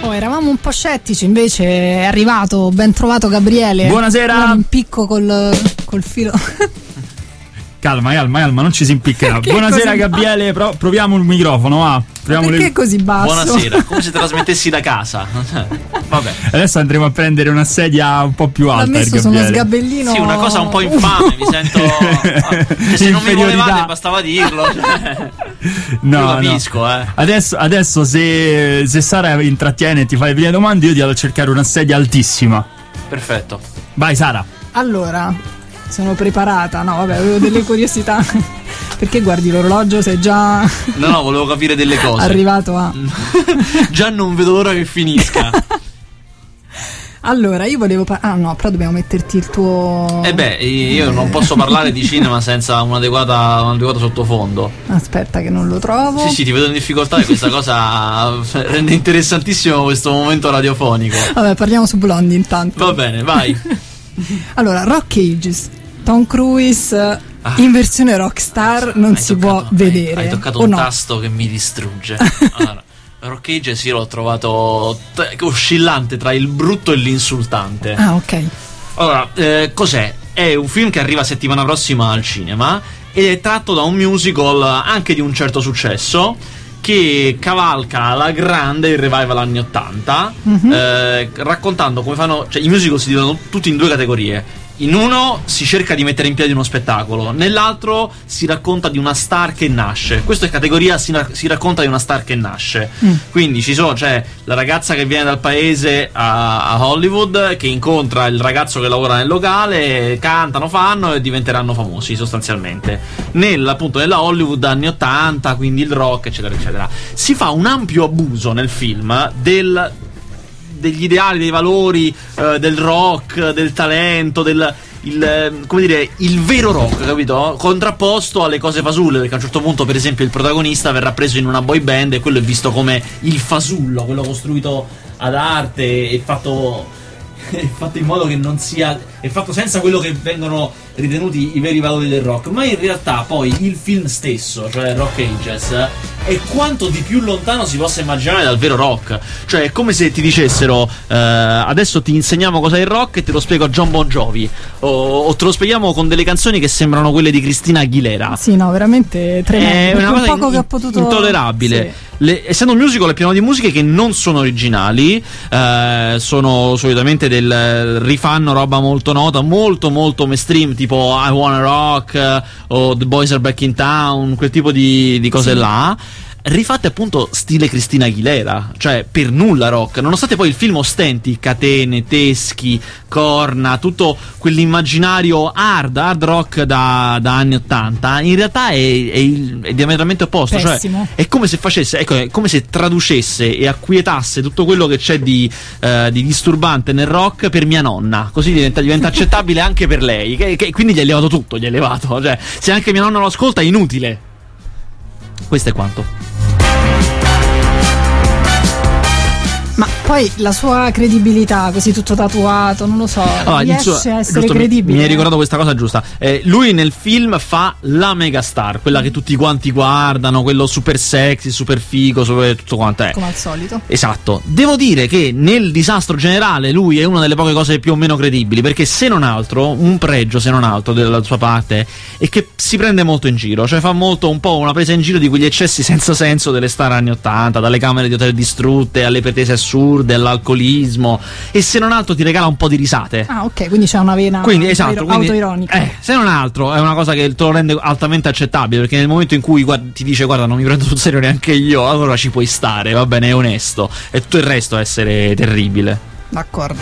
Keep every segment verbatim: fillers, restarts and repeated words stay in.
Oh, eravamo un po' scettici, invece è arrivato, ben trovato Gabriele. Buonasera. Un picco col, col filo. Calma, calma, calma, non ci si impiccherà. Buonasera Gabriele, pro- proviamo il microfono, va. Proviamo Perché le... così basso? Buonasera, come se trasmettessi da casa. Vabbè. Adesso andremo a prendere una sedia un po' più alta. L'ha messo su uno sgabellino. Sì, una cosa un po' infame, mi sento. Cioè, se non mi volevate bastava dirlo. Cioè. No, io capisco, no. eh. Adesso, adesso se, se Sara intrattiene e ti fa le prime domande, io ti vado a cercare una sedia altissima. Perfetto. Vai Sara. Allora, sono preparata. No, vabbè, avevo delle curiosità. Perché guardi l'orologio? Sei già. No, no, volevo capire delle cose. Arrivato a. Già non vedo l'ora che finisca. Allora, io volevo par- Ah no, però dobbiamo metterti il tuo. Eh beh, io non posso parlare di cinema senza un'adeguata, un adeguato sottofondo. Aspetta che non lo trovo. Sì, sì, ti vedo in difficoltà e questa cosa rende interessantissimo questo momento radiofonico. Vabbè, parliamo su Blondie intanto. Va bene, vai. Allora, Rock Ages, Tom Cruise ah. in versione rockstar non hai si toccato, può vedere. Hai, hai toccato o un no? tasto che mi distrugge. Allora, Rock Ages io l'ho trovato t- oscillante tra il brutto e l'insultante. Ah, ok. Allora, eh, cos'è? È un film che arriva settimana prossima al cinema ed è tratto da un musical anche di un certo successo che cavalca alla grande il revival anni ottanta, mm-hmm. eh, raccontando come fanno, cioè i musical si dividono tutti in due categorie. In uno si cerca di mettere in piedi uno spettacolo, nell'altro si racconta di una star che nasce. Questa è categoria si, si racconta di una star che nasce. Mm. Quindi ci sono, c'è la ragazza che viene dal paese a, a Hollywood, che incontra il ragazzo che lavora nel locale, cantano, fanno e diventeranno famosi sostanzialmente. Nel, appunto, nella Hollywood anni ottanta, quindi il rock, eccetera, eccetera. Si fa un ampio abuso nel film del... degli ideali, dei valori, eh, del rock, del talento, del il, come dire, il vero rock, capito? Contrapposto alle cose fasulle, perché a un certo punto, per esempio, il protagonista verrà preso in una boy band e quello è visto come il fasullo, quello costruito ad arte e fatto, è fatto in modo che non sia, è fatto senza quello che vengono ritenuti i veri valori del rock. Ma in realtà poi il film stesso, cioè Rock Ages, è quanto di più lontano si possa immaginare dal vero rock. Cioè è come se ti dicessero eh, adesso ti insegniamo cos'è il rock e te lo spiego a John Bon Jovi, o, o te lo spieghiamo con delle canzoni che sembrano quelle di Cristina Aguilera. Sì, no, veramente tremendo. È una cosa poco in, che ho potuto... intollerabile. Sì. Le, essendo un musical è pieno di musiche che non sono originali, eh, sono solitamente del rifanno roba molto nota, molto molto mainstream, tipo I Wanna Rock eh, o The Boys Are Back in Town, quel tipo di, di cose sì. là, rifatte appunto stile Cristina Aguilera, cioè per nulla rock, nonostante poi il film ostenti catene, teschi, corna, tutto quell'immaginario hard, hard rock da, da anni ottanta, in realtà è, è, il, è diametralmente opposto. Pessimo. Cioè è come se facesse, ecco, è come se traducesse e acquietasse tutto quello che c'è di, eh, di disturbante nel rock per mia nonna, così diventa, diventa accettabile anche per lei, che, che quindi gli hai levato tutto, gli hai levato, cioè se anche mia nonna lo ascolta è inutile. Questo è quanto. Ma poi la sua credibilità, così tutto tatuato, non lo so, allora, riesce suo, a essere giusto, credibile. Mi, mi hai ricordato questa cosa giusta. Eh, lui nel film fa la megastar, quella che tutti quanti guardano, quello super sexy, super figo, super tutto quanto è. Come al solito. Esatto. Devo dire che nel disastro generale lui è una delle poche cose più o meno credibili, perché se non altro, un pregio se non altro della sua parte è che si prende molto in giro, cioè fa molto un po' una presa in giro di quegli eccessi senza senso delle star anni ottanta, dalle camere di hotel distrutte alle pretese assurde, all'alcolismo, e se non altro ti regala un po' di risate. Ah, ok, quindi c'è una vena quindi, esatto, quindi, autoironica. Eh, se non altro è una cosa che te lo rende altamente accettabile, perché nel momento in cui guarda, ti dice guarda non mi prendo sul serio neanche io, allora ci puoi stare, va bene, è onesto, e tutto il resto è essere terribile. D'accordo.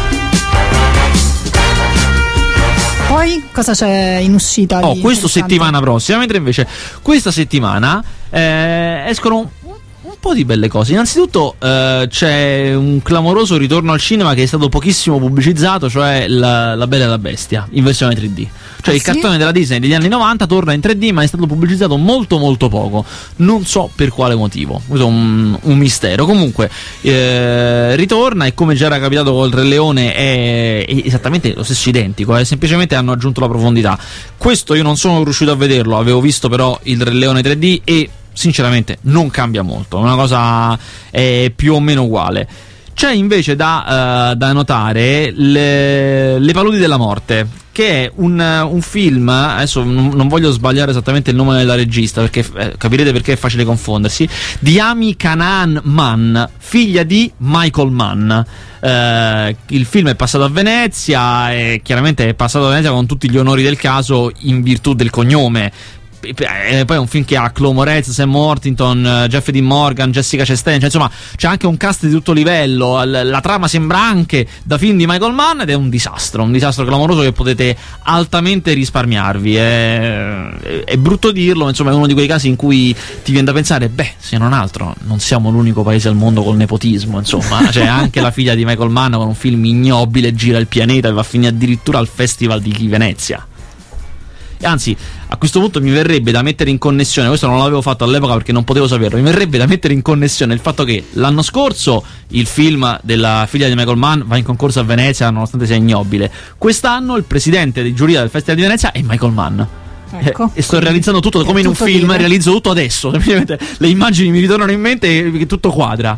Poi cosa c'è in uscita? Oh, questo settimana prossima, mentre invece questa settimana eh, escono un po' di belle cose. Innanzitutto eh, c'è un clamoroso ritorno al cinema che è stato pochissimo pubblicizzato, cioè la, la Bella e la Bestia in versione tre D. Cioè ah, il sì? cartone della Disney degli anni novanta torna in tre D, ma è stato pubblicizzato molto molto poco. Non so per quale motivo, questo è un, un mistero. Comunque eh, ritorna, e come già era capitato col Re Leone è, è esattamente lo stesso identico, eh, semplicemente hanno aggiunto la profondità. Questo io non sono riuscito a vederlo, avevo visto però il Re Leone tre D e sinceramente non cambia molto, è una cosa è più o meno uguale. C'è invece da, uh, da notare le, le paludi della morte, che è un, un film, adesso non, non voglio sbagliare esattamente il nome della regista, perché eh, capirete perché è facile confondersi, di Amy Canaan Mann, figlia di Michael Mann. Eh, il film è passato a Venezia e chiaramente è passato a Venezia con tutti gli onori del caso in virtù del cognome. E poi è un film che ha Chloe Moretz, Sam Worthington, Jeff Dean Morgan, Jessica Chastain, cioè, insomma c'è anche un cast di tutto livello. La, la trama sembra anche da film di Michael Mann ed è un disastro, un disastro clamoroso che potete altamente risparmiarvi. È, è, è brutto dirlo, ma insomma è uno di quei casi in cui ti viene da pensare, beh, se non altro non siamo l'unico paese al mondo col nepotismo, insomma. Cioè anche la figlia di Michael Mann con un film ignobile gira il pianeta e va a finire addirittura al Festival di Venezia. Anzi, a questo punto mi verrebbe da mettere in connessione, questo non l'avevo fatto all'epoca perché non potevo saperlo, mi verrebbe da mettere in connessione il fatto che l'anno scorso il film della figlia di Michael Mann va in concorso a Venezia nonostante sia ignobile. Quest'anno il presidente di giuria del Festival di Venezia è Michael Mann. Ecco, e sto realizzando tutto come in un film, dire. realizzo tutto adesso. Le immagini mi ritornano in mente e tutto quadra.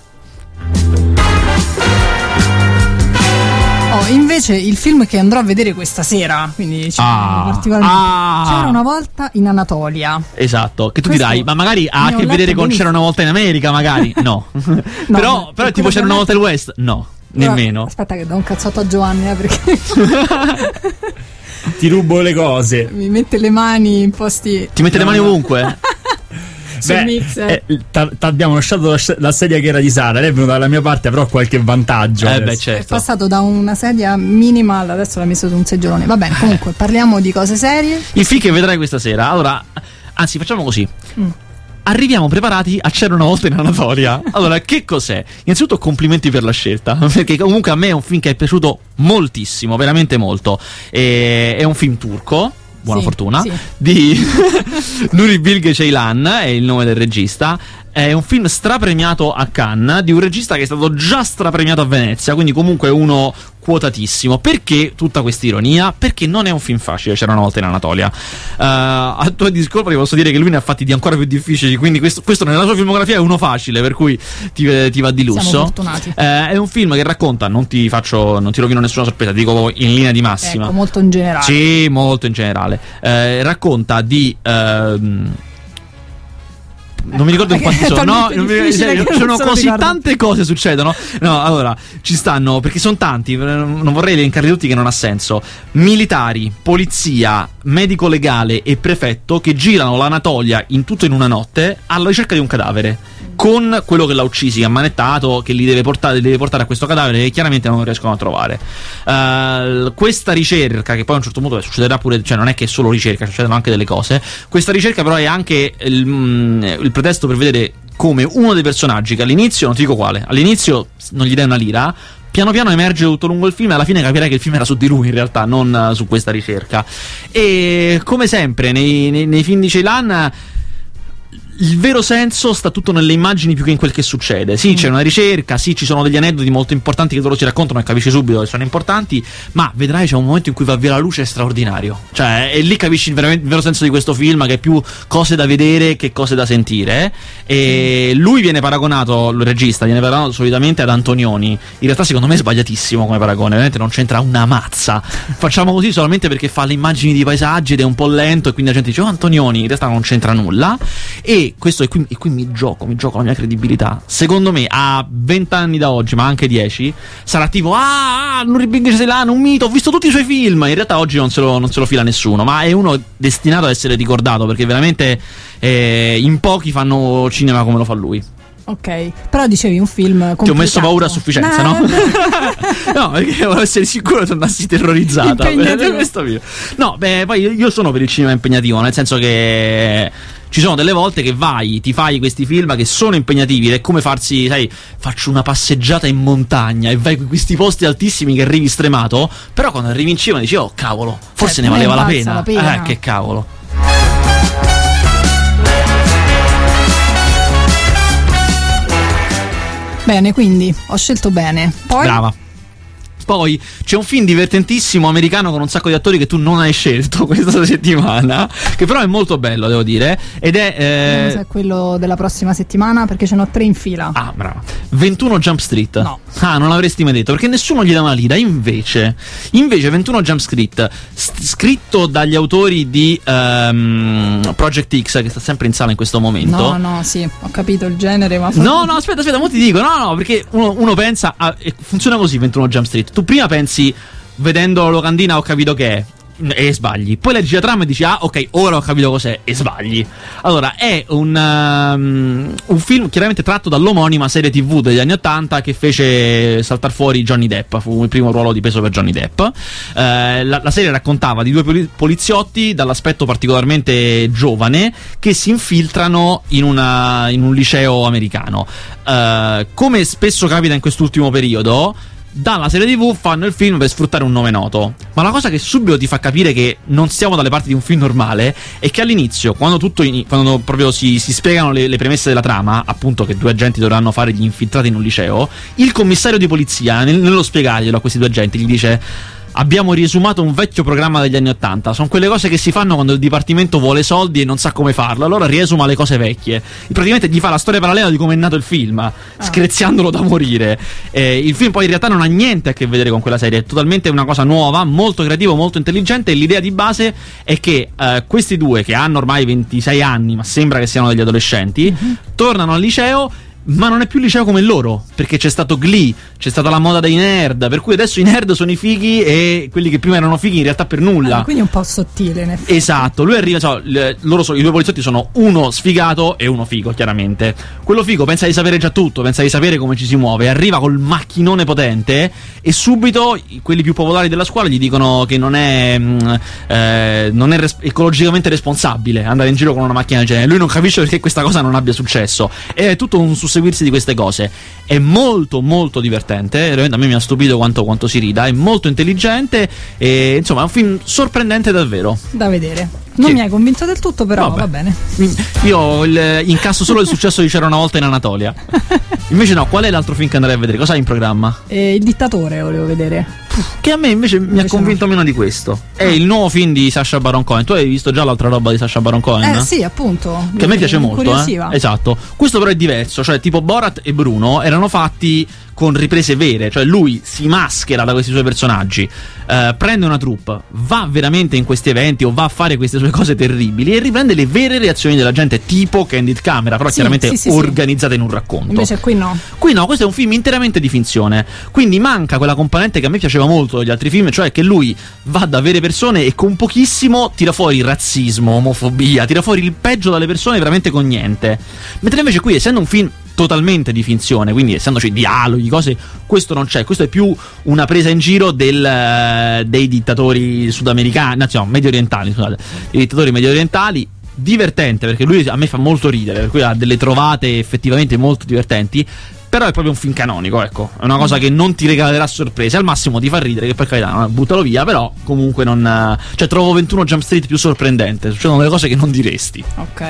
Oh, invece il film che andrò a vedere questa sera, quindi ah, particolarmente ah, C'era una volta in Anatolia. Esatto, che tu Questo dirai, ma magari ha a che vedere con benissimo. C'era una volta in America, magari no. no però, però tipo c'era una volta il West, no, però, nemmeno. Aspetta che do un cazzotto a Giovanni, eh, perché ti rubo le cose. Mi mette le mani in posti. Ti mette no. le mani ovunque? Beh, eh, abbiamo lasciato la, la sedia che era di Sara, lei è venuta dalla mia parte, però ha qualche vantaggio. Eh beh, certo. È passato da una sedia minimal, adesso l'ha messo su un seggiolone. Va bene, comunque parliamo di cose serie. Il film che vedrai questa sera. Allora, anzi, facciamo così. Mm. Arriviamo preparati a C'era una volta in Anatolia. Allora, che cos'è? Innanzitutto complimenti per la scelta, perché comunque a me è un film che è piaciuto moltissimo, veramente molto. E, è un film turco. Buona sì, fortuna sì. Di Nuri Bilge Ceylan è il nome del regista. È un film strapremiato a Cannes di un regista che è stato già strapremiato a Venezia, quindi comunque uno quotatissimo. Perché tutta questa ironia? Perché non è un film facile, C'era una volta in Anatolia. uh, A tuo discolpa ti posso dire che lui ne ha fatti di ancora più difficili, quindi questo, questo nella sua filmografia è uno facile, per cui ti, ti va di lusso. Siamo fortunati. uh, È un film che racconta, non ti faccio, non ti rovino nessuna sorpresa, ti dico in linea di massima. Ecco, molto in generale. Sì, molto in generale. uh, Racconta di... Uh, non mi ricordo in quanti sono, no, non mi, serio, sono così ricordo. Tante cose succedono. No, allora, ci stanno, perché sono tanti, non vorrei elencarli tutti che non ha senso. Militari, polizia, medico legale e prefetto che girano l'Anatolia in tutto in una notte alla ricerca di un cadavere, con quello che l'ha uccisi, ammanettato, che li deve portare, li deve portare a questo cadavere che chiaramente non riescono a trovare. Uh, questa ricerca, che poi a un certo punto succederà pure, cioè non è che è solo ricerca, succedono anche delle cose. Questa ricerca però è anche il, il pretesto per vedere come uno dei personaggi, che all'inizio, non ti dico quale, all'inizio non gli dai una lira, piano piano emerge tutto lungo il film e alla fine capirai che il film era su di lui in realtà, non uh, su questa ricerca. E come sempre nei, nei, nei film di Ceylan il vero senso sta tutto nelle immagini più che in quel che succede. Sì, c'è una ricerca, sì, ci sono degli aneddoti molto importanti che loro ci raccontano e capisci subito che sono importanti, ma vedrai c'è un momento in cui va via la luce straordinario. Cioè, e lì capisci il, veramente, il vero senso di questo film, che è più cose da vedere che cose da sentire. E lui viene paragonato, il regista, viene paragonato solitamente ad Antonioni. In realtà secondo me è sbagliatissimo come paragone, veramente non c'entra una mazza. Facciamo così solamente perché fa le immagini di paesaggi ed è un po' lento e quindi la gente dice, oh, Antonioni, in realtà non c'entra nulla. E questo, e qui, e qui mi gioco, mi gioco la mia credibilità. Secondo me a venti anni da oggi, ma anche dieci, sarà tipo ah, Nuri Bilge Ceylan, un mito, ho visto tutti i suoi film. In realtà oggi non se lo, non se lo fila nessuno, ma è uno destinato ad essere ricordato, perché veramente eh, in pochi fanno cinema come lo fa lui. Ok, però dicevi un film complicato. Ti ho messo paura a sufficienza, no? No, perché volevo essere sicuro che tornassi terrorizzata per questo video. No, beh, poi io sono per il cinema impegnativo, nel senso che ci sono delle volte che vai, ti fai questi film che sono impegnativi ed è come farsi, sai, faccio una passeggiata in montagna e vai in questi posti altissimi che arrivi stremato, però quando arrivi in cima dici, oh cavolo, forse cioè, ne valeva la pena. la pena. Eh, che cavolo. Bene, quindi ho scelto bene. Poi brava. Poi c'è un film divertentissimo americano con un sacco di attori che tu non hai scelto questa settimana, che però è molto bello, devo dire, ed è eh... se è quello della prossima settimana, perché ce n'ho tre in fila. Ah, bravo. ventuno Jump Street. No. Ah, non l'avresti mai detto, perché nessuno gli dà una lira. Invece, invece ventuno Jump Street, st- scritto dagli autori di um, Project X, che sta sempre in sala in questo momento. No, no, sì, ho capito il genere, ma No, no, aspetta, aspetta, mo ti dico. No, no, perché uno, uno pensa a, funziona così ventuno Jump Street. Tu prima pensi, vedendo la locandina ho capito che è, e sbagli. Poi leggi la trama e dici ah ok, ora ho capito cos'è, e sbagli. Allora è un, um, un film chiaramente tratto dall'omonima serie tv degli anni ottanta che fece saltar fuori Johnny Depp. Fu il primo ruolo di peso per Johnny Depp. eh, la, la serie raccontava di due poliziotti dall'aspetto particolarmente giovane che si infiltrano in, una, in un liceo americano. eh, come spesso capita in quest'ultimo periodo, dalla serie tv fanno il film per sfruttare un nome noto. Ma la cosa che subito ti fa capire che non siamo dalle parti di un film normale è che all'inizio, quando tutto in, quando proprio si, si spiegano le, le premesse della trama, appunto che due agenti dovranno fare gli infiltrati in un liceo, il commissario di polizia, nel, nello spiegarglielo a questi due agenti, gli dice: abbiamo riesumato un vecchio programma degli anni ottanta. Sono quelle cose che si fanno quando il dipartimento vuole soldi e non sa come farlo, allora riesuma le cose vecchie. E praticamente gli fa la storia parallela di come è nato il film, ah. screziandolo da morire. eh, Il film poi in realtà non ha niente a che vedere con quella serie, è totalmente una cosa nuova, molto creativo, molto intelligente. E l'idea di base è che eh, questi due, che hanno ormai ventisei anni ma sembra che siano degli adolescenti, mm-hmm. tornano al liceo, ma non è più liceo come loro, perché c'è stato Glee, c'è stata la moda dei nerd, per cui adesso i nerd sono i fighi e quelli che prima erano fighi in realtà per nulla. Ah, quindi un po' sottile in effetti. Esatto, lui arriva, so, le, loro sono, i due poliziotti sono uno sfigato e uno figo, chiaramente. Quello figo pensa di sapere già tutto, pensa di sapere come ci si muove, arriva col macchinone potente e subito quelli più popolari della scuola gli dicono che non è mh, eh, non è res- ecologicamente responsabile andare in giro con una macchina del genere. Lui non capisce perché questa cosa non abbia successo, è tutto un susseguirsi di queste cose. È molto molto divertente, a me mi ha stupito quanto, quanto si rida, è molto intelligente e insomma è un film sorprendente davvero da vedere. Non sì. mi hai convinto del tutto, però Vabbè. va bene. Io il, incasso solo il successo di C'era una volta in Anatolia. Invece no, qual è l'altro film che andrei a vedere? Cosa hai in programma? Eh, il dittatore volevo vedere. Che a me invece, invece mi ha convinto no. meno di questo. È il nuovo film di Sacha Baron Cohen. Tu hai visto già l'altra roba di Sacha Baron Cohen? Eh sì, appunto. Che a me piace molto, eh? Esatto. Questo però è diverso, cioè tipo Borat e Bruno erano fatti con riprese vere, cioè lui si maschera da questi suoi personaggi, eh, prende una troupe, va veramente in questi eventi o va a fare queste sue cose terribili e riprende le vere reazioni della gente, tipo Candid Camera, però sì, chiaramente sì, sì, organizzate sì. in un racconto. Invece qui no. Qui no, questo è un film interamente di finzione, quindi manca quella componente che a me piaceva molto degli altri film, cioè che lui va da vere persone e con pochissimo tira fuori razzismo, omofobia, tira fuori il peggio dalle persone veramente con niente. Mentre invece qui, essendo un film totalmente di finzione, quindi essendoci dialoghi, cose, questo non c'è. Questo è più una presa in giro del, dei dittatori sudamericani, no, medio orientali, scusate, i dittatori medio orientali. Divertente, perché lui a me fa molto ridere, per cui ha delle trovate effettivamente molto divertenti. Però è proprio un film canonico, ecco. È una cosa che non ti regalerà sorprese. Al massimo ti fa ridere, che per carità, no, buttalo via. Però comunque non. Cioè, trovo ventuno Jump Street più sorprendente. Succedono delle cose che non diresti. Ok.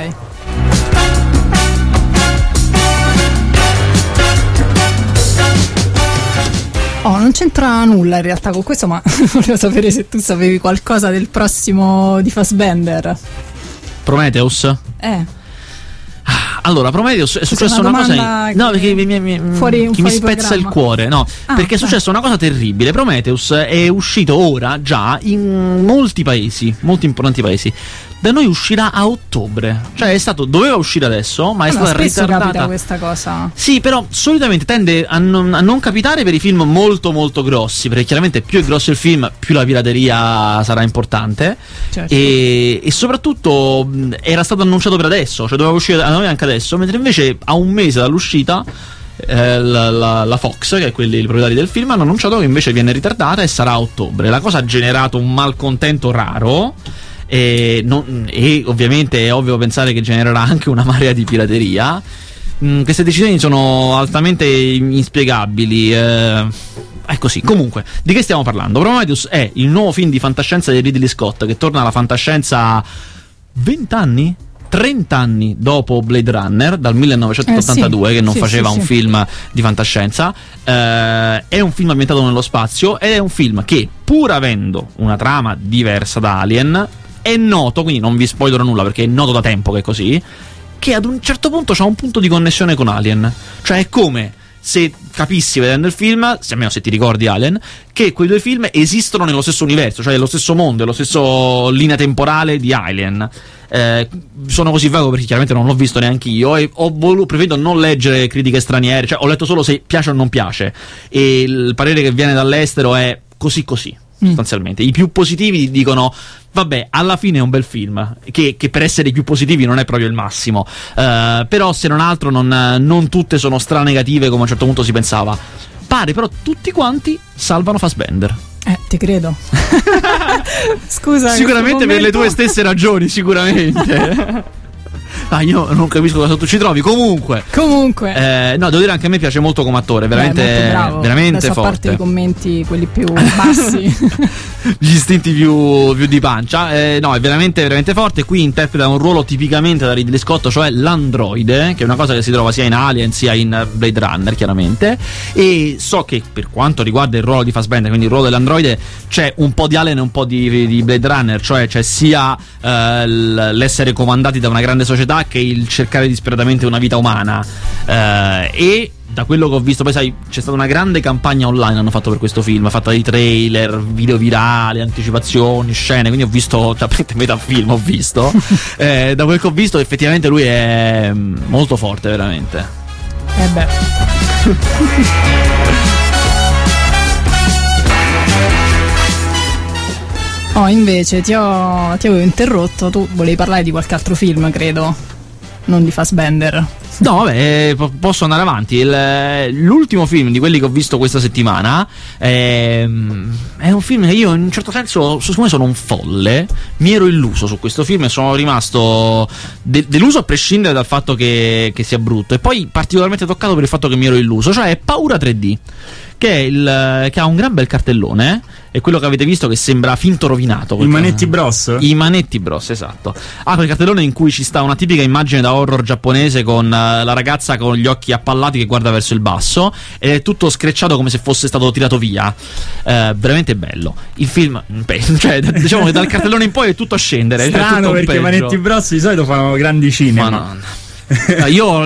Oh, non c'entra nulla in realtà con questo, ma volevo sapere se tu sapevi qualcosa del prossimo di Fassbender. Prometheus? Eh. Allora, Prometheus è successa una, una cosa che, no, che mi, mi, mi, fuori, che mi spezza programma. il cuore, no, ah, perché è successa una cosa terribile. Prometheus è uscito ora già in molti paesi, molti importanti paesi. Da noi uscirà a ottobre, cioè è stato, doveva uscire adesso, ma è allora, stata spesso ritardata. Capita questa cosa. Sì, però solitamente tende a non, a non capitare per i film molto molto grossi, perché chiaramente più è grosso il film, più la pirateria sarà importante. Certo. E, e soprattutto mh, era stato annunciato per adesso, cioè doveva uscire da noi anche adesso, mentre invece a un mese dall'uscita eh, la, la, la Fox, che è quelli i proprietari del film, hanno annunciato che invece viene ritardata e sarà a ottobre. La cosa ha generato un malcontento raro. E, non, e ovviamente è ovvio pensare che genererà anche una marea di pirateria. Mm, queste decisioni sono altamente inspiegabili. Eh, è così. Comunque, di che stiamo parlando? Prometheus è il nuovo film di fantascienza di Ridley Scott, che torna alla fantascienza vent'anni? trenta anni dopo Blade Runner, dal millenovecentottantadue, eh sì, che non sì, faceva sì, un sì. film di fantascienza. Eh, è un film ambientato nello spazio ed è un film che, pur avendo una trama diversa da Alien, è noto, quindi non vi spoilerò nulla perché è noto da tempo che è così, che ad un certo punto c'ha un punto di connessione con Alien. Cioè è come se capissi vedendo il film, se almeno se ti ricordi Alien, che quei due film esistono nello stesso universo, cioè nello stesso mondo, nello stesso linea temporale di Alien. Eh, sono così vago perché chiaramente non l'ho visto neanche io e ho voluto, preferito non leggere critiche straniere, cioè ho letto solo se piace o non piace, e il parere che viene dall'estero è così così sostanzialmente. I più positivi dicono vabbè, alla fine è un bel film, che, che per essere i più positivi non è proprio il massimo, uh, però se non altro non, non tutte sono stra negative come a un certo punto si pensava. Pare però tutti quanti salvano Fassbender. Eh, ti credo. Scusa. Sicuramente per le tue stesse ragioni, sicuramente. Ah, io non capisco cosa tu ci trovi. Comunque, Comunque. Eh, no, devo dire anche a me piace molto come attore. Veramente, Beh, molto bravo. veramente Adesso, forte. A parte i commenti, quelli più bassi, gli istinti più, più di pancia. Eh, no, è veramente, veramente forte. Qui interpreta un ruolo tipicamente da Ridley Scott, cioè l'androide, che è una cosa che si trova sia in Alien sia in Blade Runner, chiaramente. E so che per quanto riguarda il ruolo di Fassbender, quindi il ruolo dell'androide, c'è un po' di Alien e un po' di, di Blade Runner, cioè c'è sia eh, l'essere comandati da una grande società che il cercare disperatamente una vita umana, eh, e da quello che ho visto, poi sai, c'è stata una grande campagna online hanno fatto per questo film, fatta di trailer, video virali, anticipazioni, scene, quindi ho visto cioè, metà film ho visto eh, da quel che ho visto effettivamente lui è molto forte, veramente. Eh beh. Oh, invece ti, ho, ti avevo interrotto, tu volevi parlare di qualche altro film, credo, non di Fassbender. No, vabbè, po- posso andare avanti. Il, l'ultimo film di quelli che ho visto questa settimana è, è un film che io in un certo senso, siccome sono un folle, mi ero illuso su questo film e sono rimasto de- deluso a prescindere dal fatto che, che sia brutto, e poi particolarmente toccato per il fatto che mi ero illuso, cioè Paura tre D, che, è il, che ha un gran bel cartellone. È quello che avete visto che sembra finto rovinato. I Manetti Bros? I Manetti Bros, esatto. Ah, quel cartellone in cui ci sta una tipica immagine da horror giapponese con uh, la ragazza con gli occhi appallati che guarda verso il basso, ed è tutto screcciato come se fosse stato tirato via. Uh, veramente bello. Il film, beh, cioè, diciamo che dal cartellone in poi è tutto a scendere. Strano, tutto perché i Manetti Bros di solito fanno grandi cinema. Madonna. Io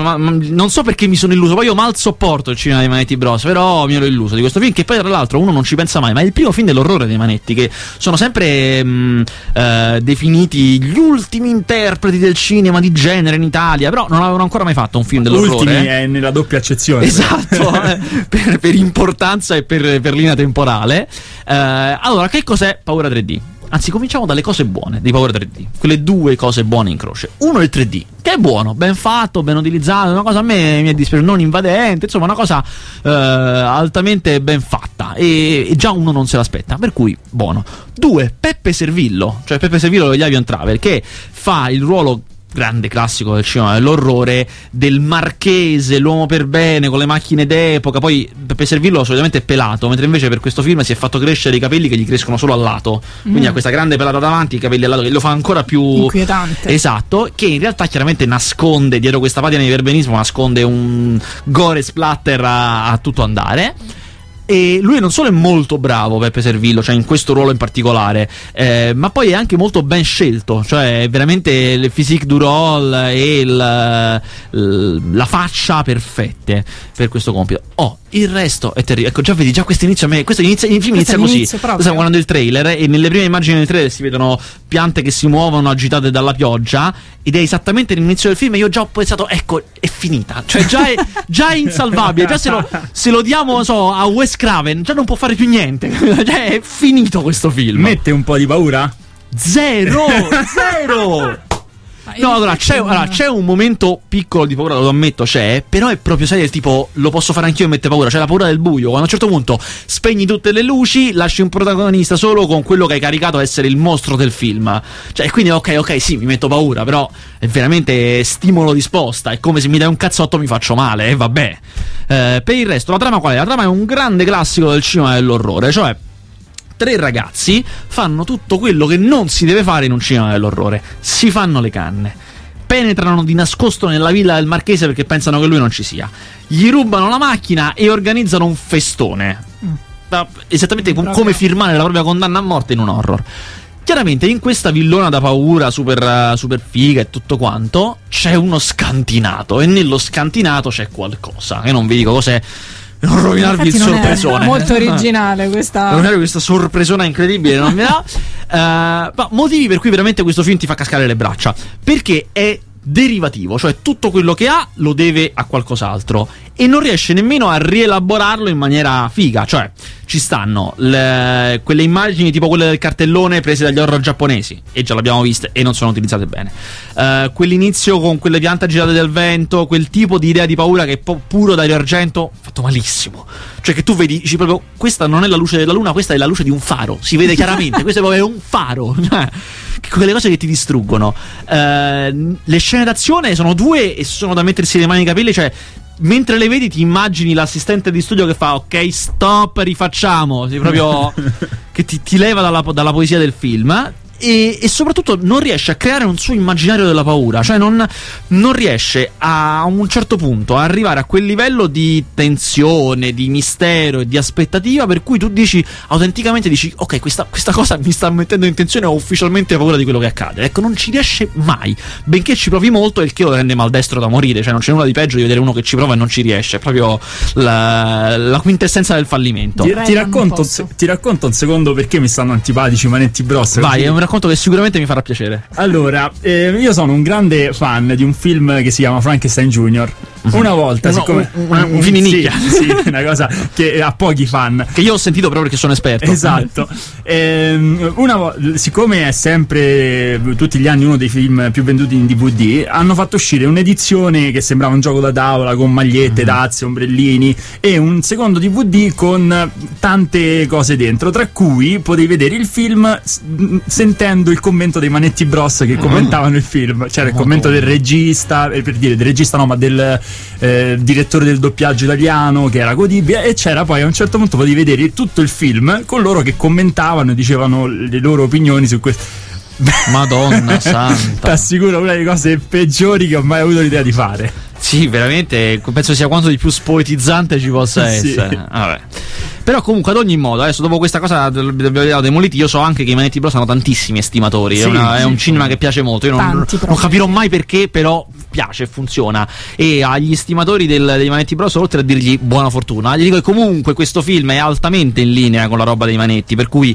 non so perché mi sono illuso, poi io mal sopporto il cinema dei Manetti Bros, però mi ero illuso di questo film, che poi tra l'altro uno non ci pensa mai, ma è il primo film dell'orrore dei Manetti, che sono sempre mh, eh, definiti gli ultimi interpreti del cinema di genere in Italia, però non avevano ancora mai fatto un film dell'orrore. Ultimi è nella doppia accezione. Esatto, eh, per, per importanza e per, per linea temporale. Eh, allora, che cos'è Paura tre D? Anzi, cominciamo dalle cose buone di Paura tre D. Quelle due cose buone in croce. Uno è il tre D, che è buono, ben fatto, ben utilizzato, una cosa a me mi è dispiaciuto, non invadente, insomma una cosa eh, altamente ben fatta, e, e già uno non se l'aspetta, per cui buono. Due, Peppe Servillo, cioè Peppe Servillo degli Avion Travel, che fa il ruolo grande classico del cinema dell'orrore del marchese, l'uomo per bene con le macchine d'epoca. Poi Peppe Servillo solitamente è pelato, mentre invece per questo film si è fatto crescere i capelli che gli crescono solo al lato, quindi mm. ha questa grande pelata davanti, i capelli al lato che lo fa ancora più inquietante. Esatto, che in realtà chiaramente nasconde dietro questa patina di verbenismo, nasconde un gore splatter a, a tutto andare. E lui non solo è molto bravo, Peppe Servillo, cioè in questo ruolo in particolare, eh, ma poi è anche molto ben scelto, cioè veramente il physique du rôle e il, la faccia perfette per questo compito. Oh, il resto è terribile. Ecco, già vedi, già questo inizio a me, questo inizia, il film inizia così. Stiamo guardando il trailer e nelle prime immagini del trailer si vedono piante che si muovono agitate dalla pioggia, ed è esattamente l'inizio del film, e io già ho pensato, ecco, è finita, cioè già è, già è insalvabile, già se lo, se lo diamo, non so, a Wes Craven già non può fare più niente, cioè è finito questo film. Mette un po' di paura? Zero, zero. No, allora c'è, allora c'è un momento piccolo di paura, lo ammetto, c'è, però è proprio, sai, del tipo, lo posso fare anch'io e mette paura. C'è la paura del buio, quando a un certo punto spegni tutte le luci, lasci un protagonista solo con quello che hai caricato a essere il mostro del film. Cioè, quindi ok, ok, sì, mi metto paura, però è veramente stimolo disposta, è come se mi dai un cazzotto mi faccio male, e vabbè. Eh, per il resto, la trama qual è? La trama è un grande classico del cinema dell'orrore, cioè tre ragazzi fanno tutto quello che non si deve fare in un cinema dell'orrore. Si fanno le canne. penetrano di nascosto nella villa del marchese perché pensano che lui non ci sia. Gli rubano la macchina e organizzano un festone. Mm. Esattamente com- come firmare la propria condanna a morte in un horror. Chiaramente in questa villona da paura super, super figa e tutto quanto c'è uno scantinato, e nello scantinato c'è qualcosa che non vi dico cos'è, non rovinarvi il sorpresone. È molto originale questa rovinarvi questa sorpresona incredibile, non mi dà. Uh, ma motivi per cui veramente questo film ti fa cascare le braccia, perché è derivativo, cioè tutto quello che ha lo deve a qualcos'altro e non riesce nemmeno a rielaborarlo in maniera figa. Cioè ci stanno le, quelle immagini tipo quelle del cartellone prese dagli horror giapponesi, e già l'abbiamo viste e non sono utilizzate bene. Uh, quell'inizio con quelle piante girate del vento, quel tipo di idea di paura che è po- puro Dario Argento, fatto malissimo. Cioè che tu vedi, dici proprio, questa non è la luce della luna, questa è la luce di un faro, si vede chiaramente, questo è proprio un faro. Cioè, quelle cose che ti distruggono. Uh, le scene d'azione sono due e sono da mettersi le mani nei capelli, cioè mentre le vedi ti immagini l'assistente di studio che fa ok stop, rifacciamo, sei proprio che ti, ti leva dalla, dalla poesia del film. E, e soprattutto non riesce a creare un suo immaginario della paura, cioè non, non riesce a, a un certo punto a arrivare a quel livello di tensione, di mistero e di aspettativa per cui tu dici, autenticamente dici, ok, questa, questa cosa mi sta mettendo in tensione, ho ufficialmente paura di quello che accade. Ecco, non ci riesce mai, benché ci provi molto, il che lo rende maldestro da morire. Cioè non c'è nulla di peggio di vedere uno che ci prova e non ci riesce, è proprio la, la quintessenza del fallimento. Ti, ti, racconto, ti racconto un secondo perché mi stanno antipatici i Manetti Bros. Vai, è un racconto che sicuramente mi farà piacere. Allora, eh, io sono un grande fan di un film che si chiama Frankenstein Junior. Una volta, Uno, siccome un, un, un film di nicchia, sì, sì, una cosa che ha pochi fan, che io ho sentito proprio perché sono esperto. Esatto. ehm, una vo- siccome è sempre tutti gli anni uno dei film più venduti in D V D, hanno fatto uscire un'edizione che sembrava un gioco da tavola con magliette, tazze, ombrellini, e un secondo D V D con tante cose dentro, tra cui potevi vedere il film s- sentendo il commento dei Manetti Bros che commentavano il film. C'era il commento del regista, eh, per dire del regista no, ma del Eh, direttore del doppiaggio italiano, che era godibile, e c'era poi a un certo punto potevi vedere tutto il film con loro che commentavano e dicevano le loro opinioni su questo. Madonna santa, ti assicuro, una delle cose peggiori che ho mai avuto l'idea di fare. Sì, veramente penso sia quanto di più spoetizzante ci possa essere. Sì. Vabbè. Però comunque ad ogni modo, adesso dopo questa cosa abbiamo demoliti, io so anche che i Manetti Bros hanno tantissimi estimatori, sì, è, una, sì, è un cinema che piace molto. Io non, non capirò mai perché, però piace, funziona. E agli estimatori del, dei Manetti Bros, oltre a dirgli buona fortuna, gli dico che comunque questo film è altamente in linea con la roba dei Manetti, per cui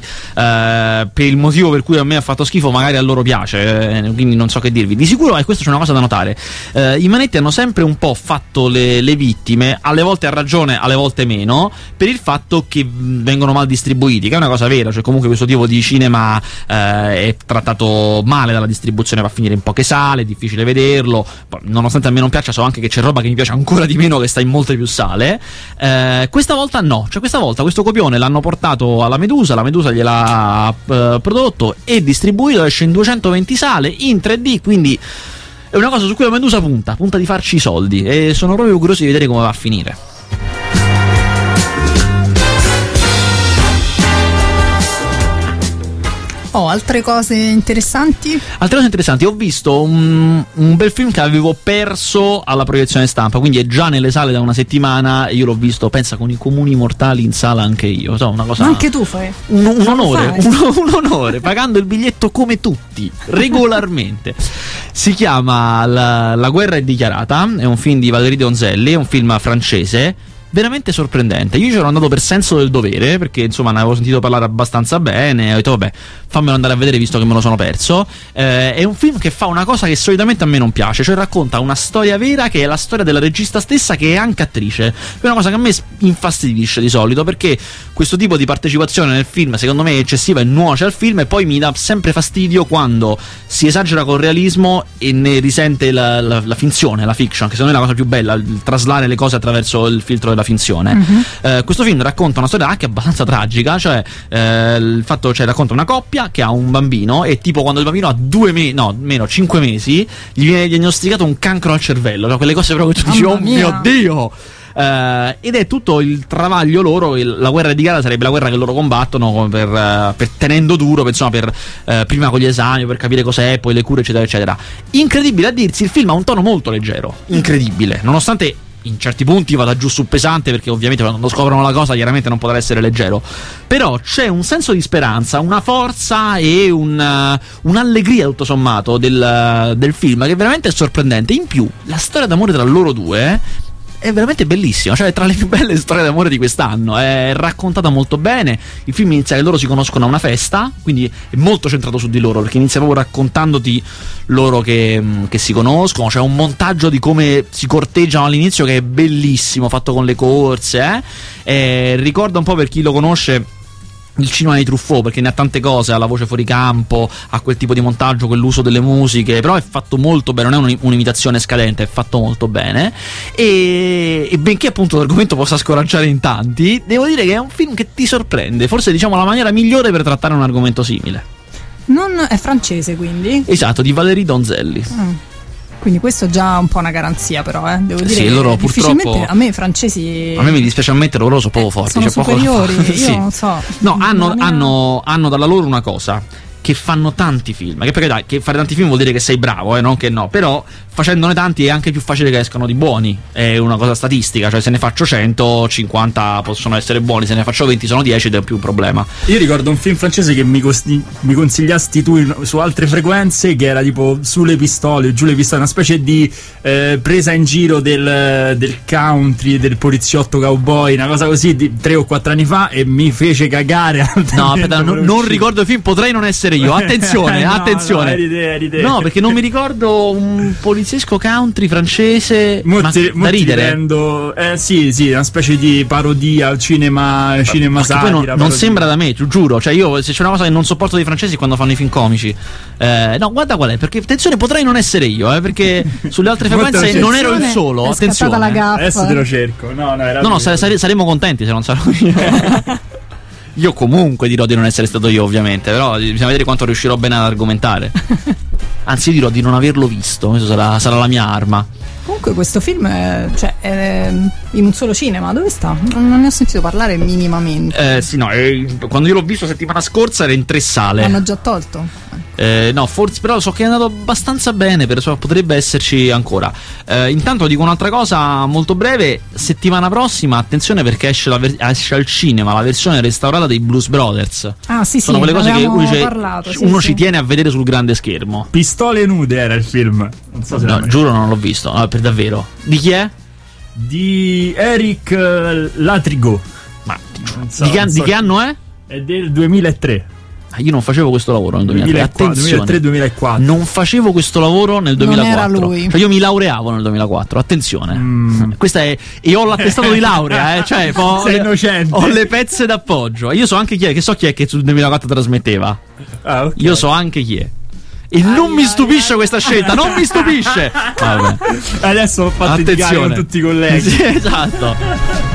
eh, per il motivo per cui a me ha fatto schifo magari a loro piace, eh, quindi non so che dirvi. Di sicuro, e questo c'è una cosa da notare, eh, i Manetti hanno sempre un po' fatto le, le vittime, alle volte a ragione, alle volte meno, per il fatto che vengono mal distribuiti, che è una cosa vera. Cioè comunque questo tipo di cinema eh, è trattato male dalla distribuzione, va a finire in poche sale, è difficile vederlo. Nonostante a me non piaccia, so anche che c'è roba che mi piace ancora di meno che sta in molte più sale. Eh, questa volta no, cioè questa volta questo copione l'hanno portato alla Medusa, la Medusa gliel'ha eh, prodotto e distribuito, esce in duecentoventi sale in tre D, quindi è una cosa su cui la Medusa punta, punta di farci i soldi, e sono proprio curioso di vedere come va a finire. Oh, altre cose interessanti? Altre cose interessanti, ho visto un, un bel film che avevo perso alla proiezione stampa, quindi è già nelle sale da una settimana, io l'ho visto, pensa, con i comuni mortali in sala anche io, so, una cosa. Ma anche tu fai? Un, un onore, un, un onore, pagando il biglietto come tutti, regolarmente. Si chiama La, La guerra è dichiarata, è un film di Valérie Donzelli, è un film francese, veramente sorprendente. Io ci ero andato per senso del dovere, perché insomma ne avevo sentito parlare abbastanza bene, ho detto vabbè, fammelo andare a vedere visto che me lo sono perso. Eh, è un film che fa una cosa che solitamente a me non piace, cioè racconta una storia vera che è la storia della regista stessa, che è anche attrice. È una cosa che a me infastidisce di solito, perché questo tipo di partecipazione nel film secondo me è eccessiva e nuoce al film, e poi mi dà sempre fastidio quando si esagera col realismo e ne risente la, la, la finzione, la fiction, che secondo me è la cosa più bella, il traslare le cose attraverso il filtro della finzione. Mm-hmm. Eh, questo film racconta una storia anche abbastanza tragica, cioè eh, il fatto, cioè racconta una coppia che ha un bambino e tipo quando il bambino ha due mesi, no, meno cinque mesi, gli viene diagnosticato un cancro al cervello, cioè quelle cose proprio che tu dici, oh mio Dio! eh, ed è tutto il travaglio loro. Il, la guerra di gara sarebbe la guerra che loro combattono per, uh, per tenendo duro per, insomma, per uh, prima con gli esami, per capire cos'è, poi le cure, eccetera eccetera. Incredibile a dirsi, il film ha un tono molto leggero, incredibile, nonostante in certi punti vada giù su pesante, perché ovviamente quando scoprono la cosa chiaramente non potrà essere leggero, però c'è un senso di speranza, una forza e un, uh, un'allegria tutto sommato del, uh, del film che veramente è sorprendente. In più la storia d'amore tra loro due è veramente bellissima, cioè è tra le più belle storie d'amore di quest'anno, è raccontata molto bene. Il film inizia che loro si conoscono a una festa, quindi è molto centrato su di loro, perché inizia proprio raccontandoti loro che, che si conoscono. C'è un montaggio di come si corteggiano all'inizio che è bellissimo, fatto con le corse, eh? E ricorda un po', per chi lo conosce, il cinema di Truffaut, perché ne ha tante cose, ha la voce fuori campo, ha quel tipo di montaggio, quell'uso delle musiche, però è fatto molto bene, non è un'imitazione scadente, è fatto molto bene. E, e benché appunto l'argomento possa scoraggiare in tanti, devo dire che è un film che ti sorprende, forse diciamo la maniera migliore per trattare un argomento simile. Non è francese, quindi? Esatto, di Valérie Donzelli. Mm. Quindi questo è già un po' una garanzia, però, eh. Devo dire sì, che loro difficilmente purtroppo, a me i francesi, a me mi dispiace ammettere, loro sono poco forti, sono c'è superiori, poco da io sì. non so. No, hanno, è... hanno, hanno dalla loro una cosa, che fanno tanti film, che perché dai, che fare tanti film vuol dire che sei bravo, eh, non che no, però facendone tanti è anche più facile che escano di buoni, è una cosa statistica, cioè se ne faccio cento, cinquanta possono essere buoni, se ne faccio venti sono dieci ed è più un problema. Io ricordo un film francese che mi, costi- mi consigliasti tu in- su altre frequenze, che era tipo Sulle pistole, giù le pistole, una specie di eh, presa in giro del, del country, del poliziotto cowboy, una cosa così di tre o quattro anni fa, e mi fece cagare. No, aspetta, non, non ricordo il film, potrei non essere io, attenzione, no, attenzione. No, eri te, eri te. No, perché non mi ricordo un poliziesco country francese, Molti, ma da ridere. Rendo, eh sì, sì, una specie di parodia al cinema, cinema satira. Poi non, non parodia. sembra da me, ti giuro, cioè io se c'è una cosa che non sopporto dei francesi è quando fanno i film comici. Eh, no, guarda qual è, perché attenzione, potrei non essere io, eh, perché sulle altre frequenze non ero il solo, è attenzione. La gaffa. Adesso te lo cerco. No, no, era no, no sare- saremo contenti se non sarò io. Io comunque dirò di non essere stato io, ovviamente, però bisogna vedere quanto riuscirò bene ad argomentare. Anzi, io dirò di non averlo visto, questo sarà, sarà la mia arma. Comunque questo film è, cioè, è in un solo cinema, dove sta? Non, non ne ho sentito parlare minimamente. Eh sì, no, eh, quando io l'ho visto settimana scorsa era in tre sale. L'hanno già tolto? Eh, no, forse, però so che è andato abbastanza bene, però potrebbe esserci ancora. Eh, intanto dico un'altra cosa molto breve: settimana prossima, attenzione, perché esce, la ver- esce al cinema la versione restaurata dei Blues Brothers. Ah, sì, sono sì, quelle cose che uno, dice, parlato, sì, uno sì. ci tiene a vedere sul grande schermo. Pistole nude era il film. Non so se No, giuro non l'ho visto, no, per davvero. Di chi è? Di Eric uh, Latrigo. Ma so, di, che, so di che anno è? È del duemilatré. Io non facevo questo lavoro nel duemilatré. Attenzione, duemilatré duemilaquattro. non facevo questo lavoro nel duemilaquattro. Non era lui. Cioè io mi laureavo nel duemilaquattro. Attenzione, Mm. questa è. E ho l'attestato di laurea, eh. Cioè, ho, Sei innocente. ho le pezze d'appoggio. Io so anche chi è, che so chi è che sul duemilaquattro trasmetteva. Ah, okay. Io so anche chi è. E Ai, non mi ai, stupisce ai. questa scelta, non mi stupisce. Vabbè. Adesso ho fatto indicare con tutti i colleghi. Sì, esatto.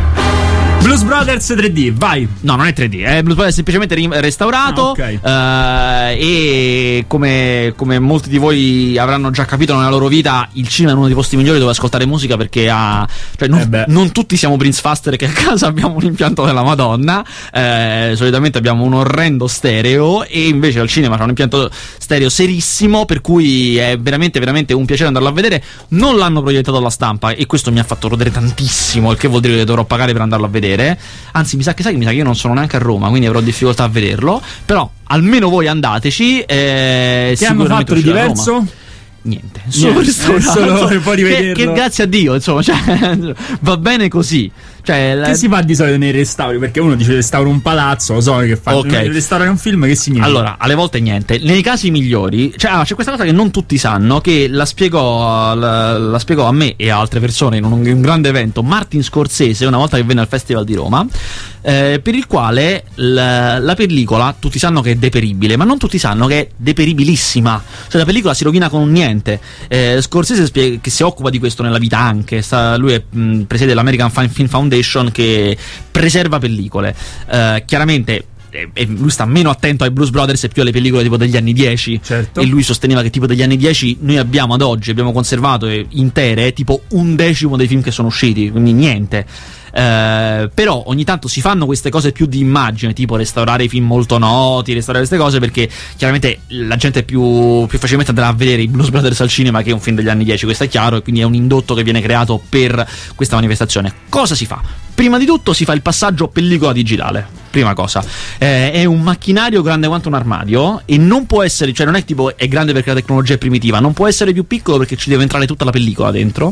Blues Brothers tre D, vai. No, non è tre D, è Blues Brothers semplicemente ri- restaurato. Ah, okay. eh, e come, come molti di voi avranno già capito nella loro vita, il cinema è uno dei posti migliori dove ascoltare musica, perché ha, cioè non, Eh non tutti siamo Prince Faster che a casa abbiamo un impianto della Madonna. eh, solitamente abbiamo un orrendo stereo, e invece al cinema c'è un impianto stereo serissimo, per cui è veramente veramente un piacere andarlo a vedere. Non l'hanno proiettato alla stampa e questo mi ha fatto rodere tantissimo, il che vuol dire che dovrò pagare per andarlo a vedere. Anzi, mi sa che sai, mi sa che io non sono neanche a Roma, quindi avrò difficoltà a vederlo. Però almeno voi andateci. Eh, Che hanno fatto di diverso? Niente, solo Niente, restaurato. solo puoi che, rivederlo. che grazie a Dio, insomma, cioè, va bene così. Cioè, la... Che si fa di solito nei restauri? Perché uno dice restauro un palazzo, lo so che fa. Okay. Restaurare un film, che significa? Allora, alle volte niente. Nei casi migliori, cioè, ah, c'è questa cosa che non tutti sanno, che la spiegò, la, la spiegò a me e a altre persone in un, in un grande evento Martin Scorsese, una volta che venne al Festival di Roma, eh, per il quale la, la pellicola, tutti sanno che è deperibile, ma non tutti sanno che è deperibilissima. Cioè la pellicola si rovina con un niente. eh, Scorsese spiega, che si occupa di questo nella vita anche, sta, lui è, mh, presiede l'American Film Foundation, che preserva pellicole. eh, chiaramente e, e lui sta meno attento ai Blues Brothers e più alle pellicole tipo degli anni dieci, certo. E lui sosteneva che tipo degli anni dieci noi abbiamo ad oggi abbiamo conservato intere tipo un decimo dei film che sono usciti, quindi niente. Eh, però ogni tanto si fanno queste cose più di immagine, tipo restaurare i film molto noti, restaurare queste cose, perché chiaramente la gente più, più facilmente andrà a vedere i Blues Brothers al cinema che un film degli anni dieci, questo è chiaro, e quindi è un indotto che viene creato per questa manifestazione. Cosa si fa? Prima di tutto si fa il passaggio pellicola digitale. Prima cosa, eh, è un macchinario grande quanto un armadio e non può essere, cioè non è tipo è grande perché la tecnologia è primitiva, non può essere più piccolo perché ci deve entrare tutta la pellicola dentro.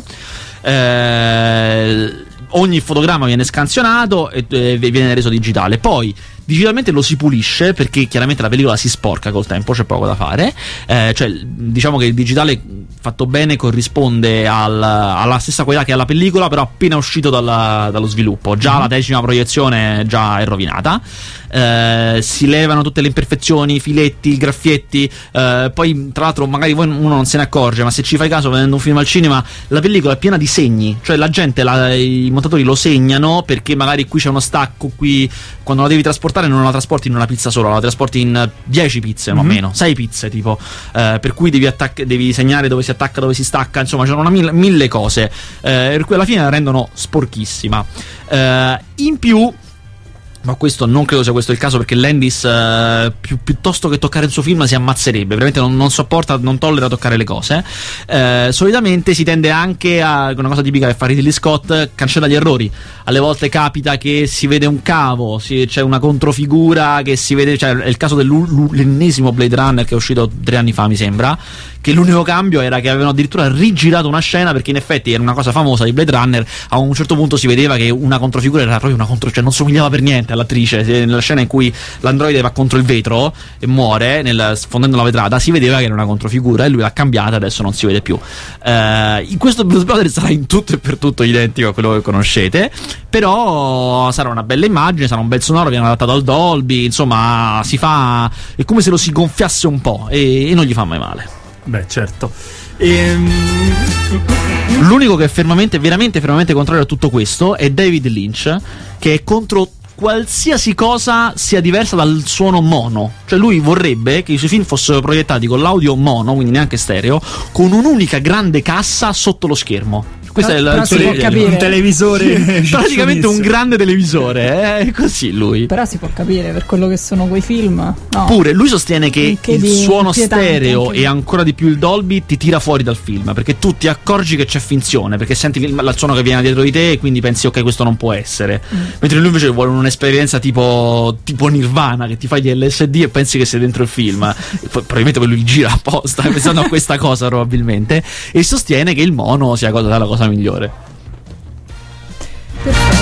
Eh, ogni fotogramma viene scansionato e eh, viene reso digitale. Poi digitalmente lo si pulisce perché chiaramente la pellicola si sporca col tempo, c'è poco da fare. Eh, cioè diciamo che il digitale fatto bene corrisponde al, alla stessa qualità che ha la pellicola, però appena uscito dalla, dallo sviluppo. Già mm-hmm. la decima proiezione già è rovinata. Eh, si levano tutte le imperfezioni, i filetti, i graffietti. Eh, poi tra l'altro magari voi uno non se ne accorge, ma se ci fai caso vedendo un film al cinema, la pellicola è piena di segni, cioè la gente, la, i montatori lo segnano perché magari qui c'è uno stacco, qui quando la devi trasportare non la trasporti in una pizza sola, la trasporti in dieci pizze, mm-hmm. o meno, sei pizze tipo, eh, per cui devi, attac- devi segnare dove si attacca, dove si stacca, insomma c'è una mille, mille cose, eh, per cui alla fine la rendono sporchissima. Eh, in più, ma questo non credo sia questo il caso, perché Landis uh, più, piuttosto che toccare il suo film si ammazzerebbe, veramente non, non sopporta, non tollera toccare le cose. Uh, solitamente si tende anche a una cosa tipica che fa Ridley Scott, cancella gli errori. Alle volte capita che si vede un cavo, si, c'è una controfigura che si vede, cioè è il caso dell'ennesimo Blade Runner che è uscito tre anni fa mi sembra, che l'unico cambio era che avevano addirittura rigirato una scena, perché in effetti era una cosa famosa di Blade Runner, a un certo punto si vedeva che una controfigura era proprio una contro, cioè non somigliava per niente all'attrice. Nella scena in cui l'androide va contro il vetro e muore nel, sfondendo la vetrata, si vedeva che era una controfigura e lui l'ha cambiata, adesso non si vede più. Uh, in questo Blues Brothers sarà in tutto e per tutto identico a quello che conoscete, però sarà una bella immagine, sarà un bel sonoro, viene adattato al Dolby, insomma si fa, è come se lo si gonfiasse un po' e, e non gli fa mai male. Beh, certo. Ehm... L'unico che è fermamente, veramente fermamente contrario a tutto questo è David Lynch, che è contro qualsiasi cosa sia diversa dal suono mono. Cioè lui vorrebbe che i suoi film fossero proiettati con l'audio mono, quindi neanche stereo, con un'unica grande cassa sotto lo schermo. Questo però, è il, però il, il, un televisore sì, praticamente un grande televisore, è così lui. Però si può capire per quello che sono quei film, no. Pure lui sostiene che anche il suono stereo anche... e ancora di più il Dolby ti tira fuori dal film, perché tu ti accorgi che c'è finzione, perché senti il, il suono che viene dietro di te e quindi pensi ok, questo non può essere, mm. mentre lui invece vuole un'esperienza tipo tipo Nirvana, che ti fai gli L S D e pensi che sei dentro il film. Probabilmente lui gira apposta pensando a questa cosa probabilmente, e sostiene che il mono sia cosa, la cosa migliore. Perfetto.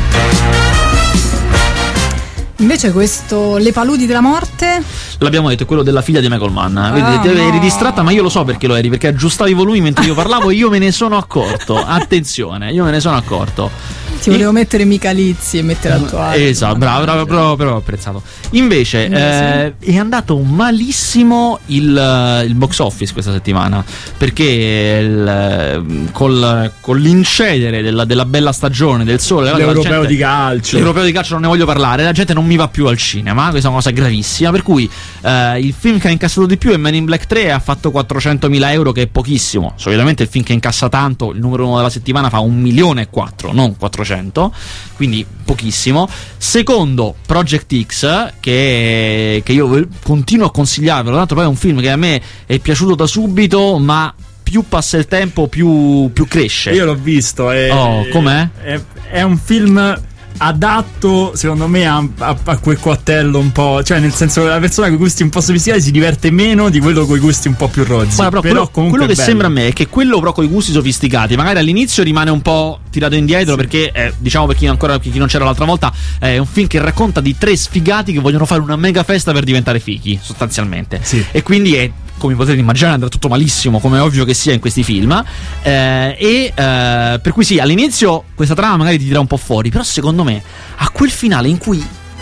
Invece questo Le paludi della morte, l'abbiamo detto, è quello della figlia di Michael Mann. Ah, Vedi, no. eri distratta, ma io lo so perché lo eri, perché aggiustavi i volumi mentre io parlavo e io me ne sono accorto. Attenzione, io me ne sono accorto. Ti volevo il... mettere Mica Lizzi e mettere attuale. Esatto, bravo, bravo, bravo, però ho apprezzato. Invece eh, è andato malissimo il, il box office questa settimana, perché il, col, con l'incedere della, della bella stagione del sole, l'europeo gente, di calcio l'europeo di calcio non ne voglio parlare, la gente non mi va più al cinema, questa è una cosa gravissima, per cui eh, il film che ha incassato di più è Men in Black tre, ha fatto quattrocentomila euro, che è pochissimo. Solitamente il film che incassa tanto, il numero uno della settimana, fa un milione e quattro, non quattrocento, quindi pochissimo. Secondo, Project X, che, che io continuo a consigliarvelo, tanto poi è un film che a me è piaciuto da subito, ma più passa il tempo più, più cresce. Io l'ho visto, è, oh, com'è? È, è un film adatto secondo me a, a, a quel coattello un po', cioè nel senso che la persona con i gusti un po' sofisticati si diverte meno di quello con i gusti un po' più rozzi. Guarda, però, però quello, quello che bello. sembra a me è che quello però con i gusti sofisticati magari all'inizio rimane un po' tirato indietro, sì. perché eh, diciamo, per chi ancora per chi non c'era l'altra volta, è un film che racconta di tre sfigati che vogliono fare una mega festa per diventare fichi sostanzialmente, sì. e quindi è, come potete immaginare, andrà tutto malissimo, come è ovvio che sia in questi film, eh, e eh, per cui sì, all'inizio questa trama magari ti tira un po' fuori, però secondo me a quel finale in cui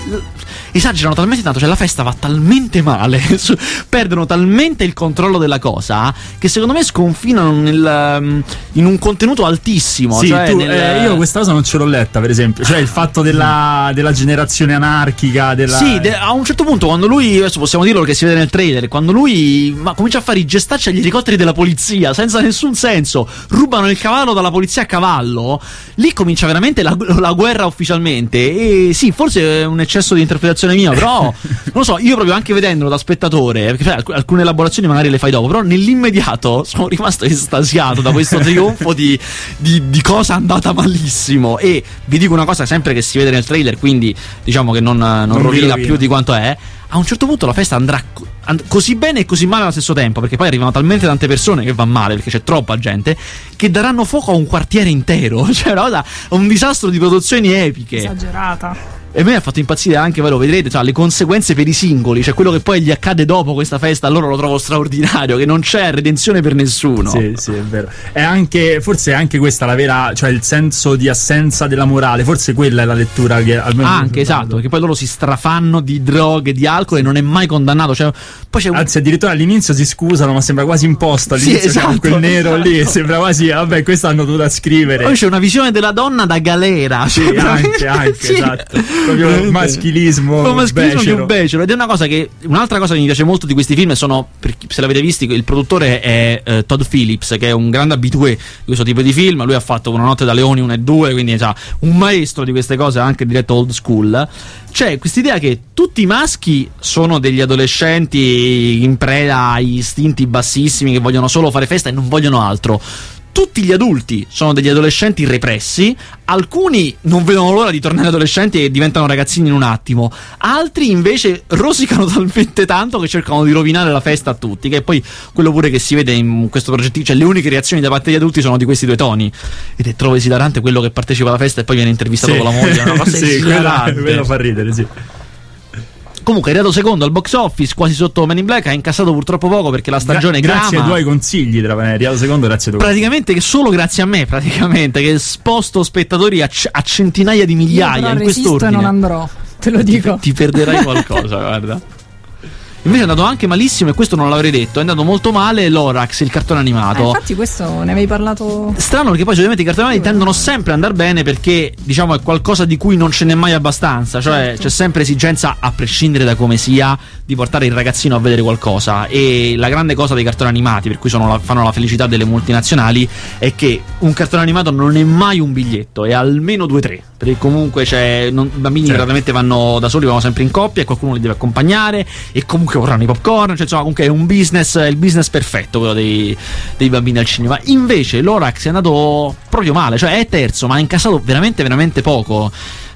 esagerano talmente tanto, cioè la festa va talmente male, perdono talmente il controllo della cosa che secondo me sconfinano nel, in un contenuto altissimo. Sì, cioè tu, nel... eh, io questa cosa non ce l'ho letta, per esempio, cioè il fatto della, della generazione anarchica della... Sì, de- a un certo punto quando lui, adesso possiamo dirlo perché si vede nel trailer, quando lui ma comincia a fare i gestacci agli elicotteri della polizia senza nessun senso, rubano il cavallo dalla polizia a cavallo, lì comincia veramente la, la guerra ufficialmente. E sì, forse è un eccesso di interpretazione mia, però non lo so, io proprio anche vedendolo da spettatore, perché cioè, alc- alcune elaborazioni magari le fai dopo, però nell'immediato sono rimasto estasiato da questo trionfo di, di, di cosa andata malissimo. E vi dico una cosa sempre che si vede nel trailer, quindi diciamo che non, non, non rovina più di quanto è. A un certo punto la festa andrà co- and- così bene e così male allo stesso tempo, perché poi arrivano talmente tante persone che va male, perché c'è troppa gente, che daranno fuoco a un quartiere intero. Cioè una cosa, un disastro di produzioni epiche. Esagerata. E a me ha fatto impazzire anche, voi lo vedrete, cioè, le conseguenze per i singoli, cioè quello che poi gli accade dopo questa festa, allora lo trovo straordinario, che non c'è redenzione per nessuno. Sì, sì, è vero. È anche, forse è anche questa la vera, cioè il senso di assenza della morale, forse quella è la lettura che almeno anche, esatto, perché poi loro si strafanno di droghe, di alcol e non è mai condannato, cioè, poi c'è un... anzi addirittura all'inizio si scusano, ma sembra quasi imposto all'inizio, sì, esatto. Quel nero lì, sembra quasi, vabbè, questo hanno dovuto scrivere. Poi c'è una visione della donna da galera, sì, cioè, anche, anche, sì. Esatto, proprio maschilismo, un maschilismo becero. più becero. Ed è una cosa che, un'altra cosa che mi piace molto di questi film sono, per chi, se l'avete visti, il produttore è eh, Todd Phillips, che è un grande abitué di questo tipo di film. Lui ha fatto Una notte da leoni uno e due, quindi cioè, un maestro di queste cose, anche diretto old school. C'è quest'idea che tutti i maschi sono degli adolescenti in preda ai istinti bassissimi, che vogliono solo fare festa e non vogliono altro. Tutti gli adulti sono degli adolescenti repressi, alcuni non vedono l'ora di tornare adolescenti e diventano ragazzini in un attimo, altri invece rosicano talmente tanto che cercano di rovinare la festa a tutti, che è poi quello pure che si vede in questo progetto, cioè le uniche reazioni da parte degli adulti sono di questi due toni, ed è trovo esilarante quello che partecipa alla festa e poi viene intervistato sì. con la moglie, una cosa sì, esilarante. quello, quello fa ridere, sì. Comunque è arrivato secondo al box office, quasi sotto Men in Black, ha incassato purtroppo poco perché la stagione Gra- grazie grama. ai tuoi consigli, è arrivato secondo grazie a tu. Praticamente che solo grazie a me, praticamente, che sposto spettatori a, c- a centinaia di migliaia. Io in quest'ordine. non andrò, te lo dico. Ti, ti perderai qualcosa, guarda. Invece è andato anche malissimo, e questo non l'avrei detto, è andato molto male Lorax, il cartone animato. Eh, infatti questo ne avevi parlato. Strano, perché poi solitamente i cartoni animati tendono sempre ad andare bene, perché diciamo è qualcosa di cui non ce n'è mai abbastanza. Cioè certo. C'è sempre esigenza, a prescindere da come sia, di portare il ragazzino a vedere qualcosa. E la grande cosa dei cartoni animati, per cui sono la, fanno la felicità delle multinazionali, è che un cartone animato non è mai un biglietto, è almeno due tre. Perché comunque c'è, non, i bambini certo. Veramente vanno da soli, vanno sempre in coppia e qualcuno li deve accompagnare, e comunque vorranno i popcorn, cioè insomma comunque è un business, è il business perfetto quello dei, dei bambini al cinema. Invece Lorax è andato proprio male, cioè è terzo, ma ha incassato veramente veramente poco.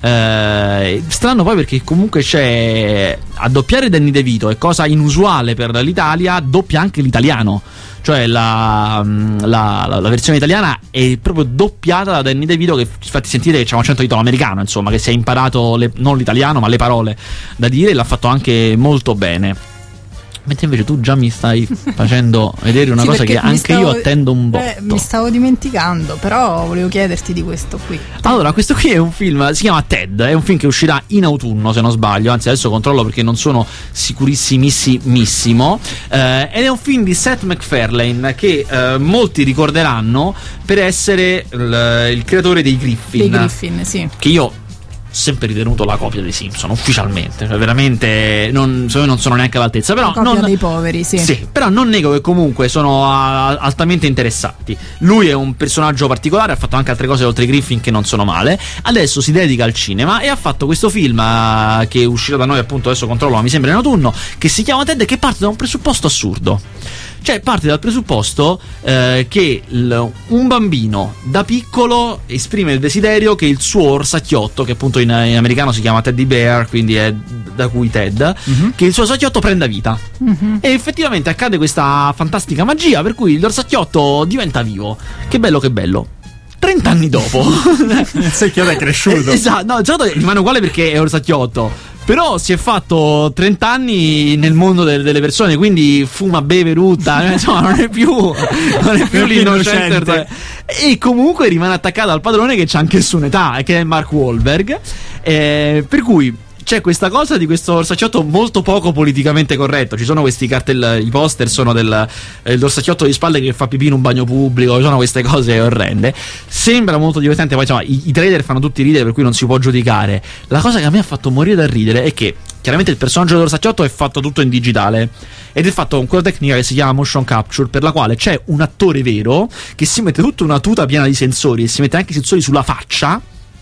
Eh, strano poi perché comunque c'è, a doppiare Danny DeVito è cosa inusuale per l'Italia, doppia anche l'italiano. Cioè la, la, la, la versione italiana è proprio doppiata da Danny DeVito, che infatti sentite che c'è un accento italo-americano, insomma, che si è imparato le, non l'italiano ma le parole da dire, e l'ha fatto anche molto bene. Mentre invece tu già mi stai facendo vedere una sì, cosa che anche stavo, io attendo un botto. Eh, mi stavo dimenticando, però volevo chiederti di questo qui. Allora, questo qui è un film, si chiama Ted, è un film che uscirà in autunno se non sbaglio, anzi adesso controllo perché non sono sicurissimissimo, eh, ed è un film di Seth MacFarlane che eh, molti ricorderanno per essere il, il creatore dei Griffin. Dei Griffin, sì. Che io sempre ritenuto la copia dei Simpson ufficialmente, cioè veramente non, non sono neanche all'altezza, però la copia non, dei poveri, sì. sì, però non nego che comunque sono a, altamente interessanti. Lui è un personaggio particolare, ha fatto anche altre cose oltre i Griffin che non sono male. Adesso si dedica al cinema e ha fatto questo film uh, che uscirà da noi, appunto adesso controllo, ma mi sembra in autunno, che si chiama Ted, che parte da un presupposto assurdo. Cioè parte dal presupposto eh, che il, un bambino da piccolo esprime il desiderio che il suo orsacchiotto, che appunto in, in americano si chiama Teddy Bear, quindi è da cui Ted, uh-huh. che il suo orsacchiotto prenda vita. Uh-huh. E effettivamente accade questa fantastica magia per cui l'orsacchiotto diventa vivo. Che bello, che bello. trenta anni dopo il secchiotto è cresciuto. Esatto, no, il secchiotto rimane uguale perché è orsacchiotto, però si è fatto trenta anni nel mondo de- delle persone, quindi fuma, beve, rutta, insomma non è più non è più l'innocente, e comunque rimane attaccato al padrone che c'ha anche su un'età, che è Mark Wahlberg, eh, per cui c'è questa cosa di questo orsacchiotto molto poco politicamente corretto. Ci sono questi cartel, i poster sono del eh, l'orsacchiotto di spalle che fa pipì in un bagno pubblico, ci sono queste cose orrende. Sembra molto divertente, poi insomma i, i trailer fanno tutti ridere, per cui non si può giudicare. La cosa che a me ha fatto morire da ridere è che chiaramente il personaggio dell'orsacchiotto è fatto tutto in digitale ed è fatto con quella tecnica che si chiama motion capture, per la quale c'è un attore vero che si mette tutta una tuta piena di sensori e si mette anche i sensori sulla faccia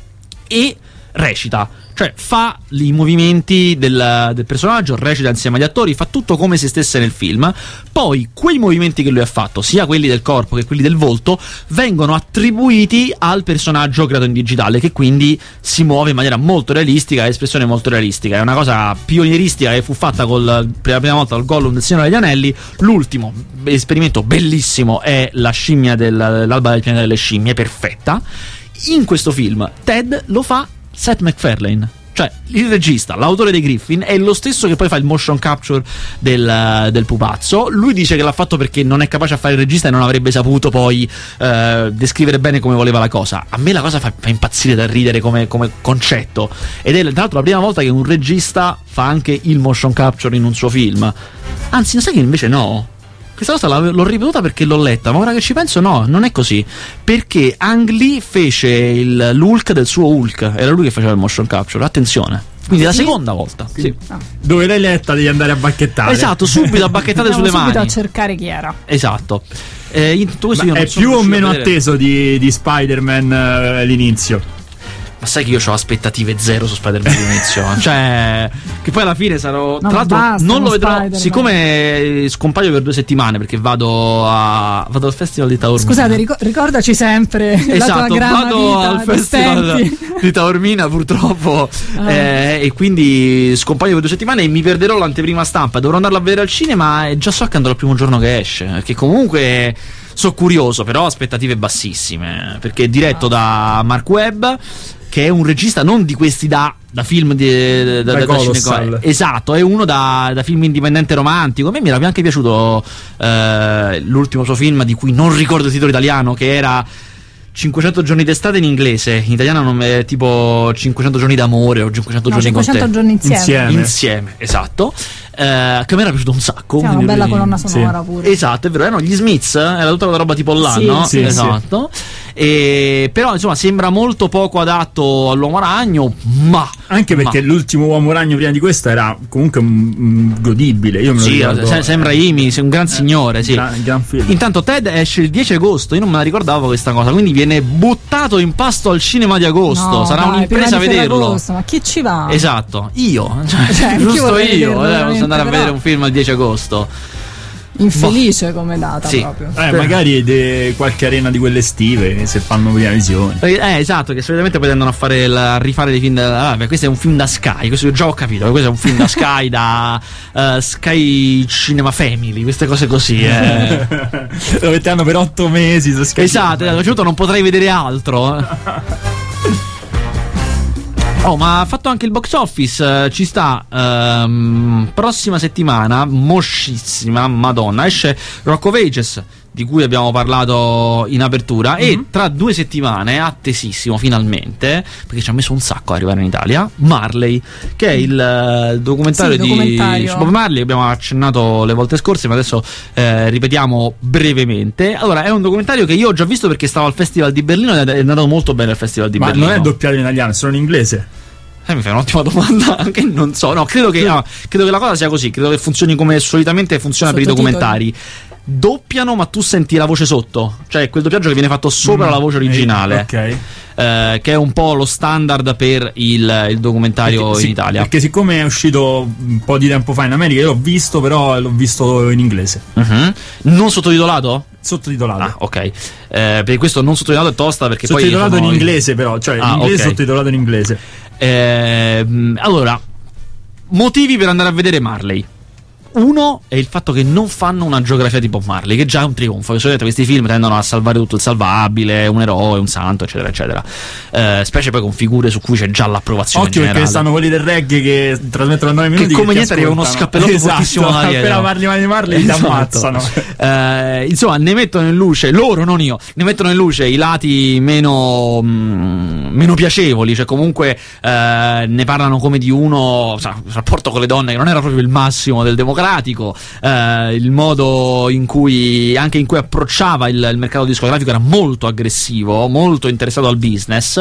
e recita, cioè fa i movimenti del, del personaggio, recita insieme agli attori, fa tutto come se stesse nel film. Poi quei movimenti che lui ha fatto, sia quelli del corpo che quelli del volto, vengono attribuiti al personaggio creato in digitale, che quindi si muove in maniera molto realistica, espressione molto realistica. È una cosa pionieristica che fu fatta col, per la prima volta col Gollum del Signore degli Anelli. L'ultimo esperimento bellissimo è la scimmia dell'Alba del pianeta delle scimmie, perfetta. In questo film Ted lo fa Seth MacFarlane, cioè il regista, l'autore dei Griffin, è lo stesso che poi fa il motion capture del, del pupazzo. Lui dice che l'ha fatto perché non è capace a fare il regista e non avrebbe saputo poi eh, descrivere bene come voleva la cosa. A me la cosa fa, fa impazzire da ridere come, come concetto, ed è tra l'altro la prima volta che un regista fa anche il motion capture in un suo film. Anzi, sai che invece no? Questa cosa l'ho ripetuta perché l'ho letta, ma ora che ci penso no, non è così, perché Ang Lee fece il, l'Hulk del suo Hulk, era lui che faceva il motion capture, attenzione, quindi la seconda volta. Sì. Ah. Dove l'hai letta devi andare a bacchettare. Esatto, subito a bacchettate sulle mani, subito a cercare chi era. Esatto. Eh, in tutto questo io non è più o meno atteso di, di Spider-Man uh, all'inizio. Ma sai che io ho aspettative zero su Spider-Man all'inizio. Cioè, che poi alla fine sarò. No, tra l'altro, basta, non lo vedrò. Spider-Man. Siccome scompaio per due settimane, perché vado a vado al festival di Taormina. Scusate, ric- ricordaci sempre esatto, la tua grama vado vita al festival di, di Taormina, purtroppo. Ah. Eh, e quindi scompaio per due settimane e mi perderò l'anteprima stampa. Dovrò andarla a vedere al cinema e già so che andrò il primo giorno che esce. Perché comunque. So curioso, però aspettative bassissime. Perché è diretto da Mark Webb, che è un regista non di questi da, da film di, da, da, da cineco- esatto, è uno da, da film indipendente romantico. A me mi era anche piaciuto eh, l'ultimo suo film, di cui non ricordo il titolo italiano, che era cinquecento giorni d'estate in inglese. In italiano non è tipo cinquecento giorni d'amore o cinquecento no, giorni cinquecento con te. giorni insieme. Insieme. Insieme, esatto. Eh, che mi era piaciuto un sacco. C'è una bella colonna sonora sì. pure. Esatto, è vero, erano gli Smiths, era tutta la roba tipo là, sì, no? sì, esatto. Sì. E, però insomma sembra molto poco adatto all'uomo ragno, ma anche perché ma. l'ultimo uomo ragno prima di questo era comunque um, godibile. Io me lo sì, ricordo, se, sembra eh, Imi, sei un gran eh, signore, sì. Gran, gran film. Intanto Ted esce il dieci agosto, io non me la ricordavo questa cosa, quindi viene buttato in pasto al cinema di agosto. No, sarà dai, un'impresa vederlo. Agosto, ma chi ci va? Esatto, io, cioè, cioè, giusto io, eh, posso andare a però... vedere un film il dieci agosto. Infelice boh. come data sì. proprio. Eh, magari de- qualche arena di quelle estive se fanno prima visione. Eh, esatto, che solitamente poi tendono a fare il, a rifare dei film. Da, ah, beh, questo è un film da Sky, questo già ho capito. Questo è un film da Sky, da uh, Sky Cinema Family, queste cose così. Eh. Lo metteranno per otto mesi su Sky. Esatto, esatto, non potrei vedere altro. Oh, ma ha fatto anche il box office, ci sta um, prossima settimana, moscissima, madonna, esce Rock of Ages, di cui abbiamo parlato in apertura, mm-hmm. e tra due settimane, attesissimo finalmente, perché ci ha messo un sacco a arrivare in Italia, Marley, che è il uh, documentario, sì, documentario di Bob Marley, abbiamo accennato le volte scorse, ma adesso eh, ripetiamo brevemente. Allora, è un documentario che io ho già visto perché stavo al Festival di Berlino ed è andato molto bene al Festival di ma Berlino. Ma non è doppiato in italiano, è solo in inglese? Eh, mi fai un'ottima domanda, che non so, no, credo che, no, credo che la cosa sia così, credo che funzioni come solitamente funziona per i documentari. Doppiano, ma tu senti la voce sotto, cioè quel doppiaggio che viene fatto sopra mm, la voce originale, ok. Eh, che è un po' lo standard per il, il documentario perché, in sì, Italia. Perché siccome è uscito un po' di tempo fa in America, io l'ho visto, però l'ho visto in inglese. Uh-huh. Non sottotitolato? Sottotitolato. Ah, ok. Eh, per questo non sottotitolato è tosta, perché poi sottotitolato in inglese, però, cioè ah, in inglese okay. sottotitolato in inglese. Eh, allora, motivi per andare a vedere Marley. uno è il fatto che non fanno una geografia di Bob Marley, che già è un trionfo. Solitamente questi film tendono a salvare tutto il salvabile, un eroe, un santo, eccetera, eccetera. Eh, specie poi con figure su cui c'è già l'approvazione Occhio generale. Perché stanno quelli del reggae che trasmettono nove minuti che come che niente arriva uno scappellotto esatto, fortissimo da dietro. appena parli male di Marley esatto. ti ammazzano. Eh, insomma, ne mettono in luce loro, non io, ne mettono in luce i lati meno mh, meno piacevoli, cioè comunque eh, ne parlano come di uno, cioè, il rapporto con le donne che non era proprio il massimo del democratico, eh, il modo in cui anche in cui approcciava il, il mercato discografico era molto aggressivo, molto interessato al business,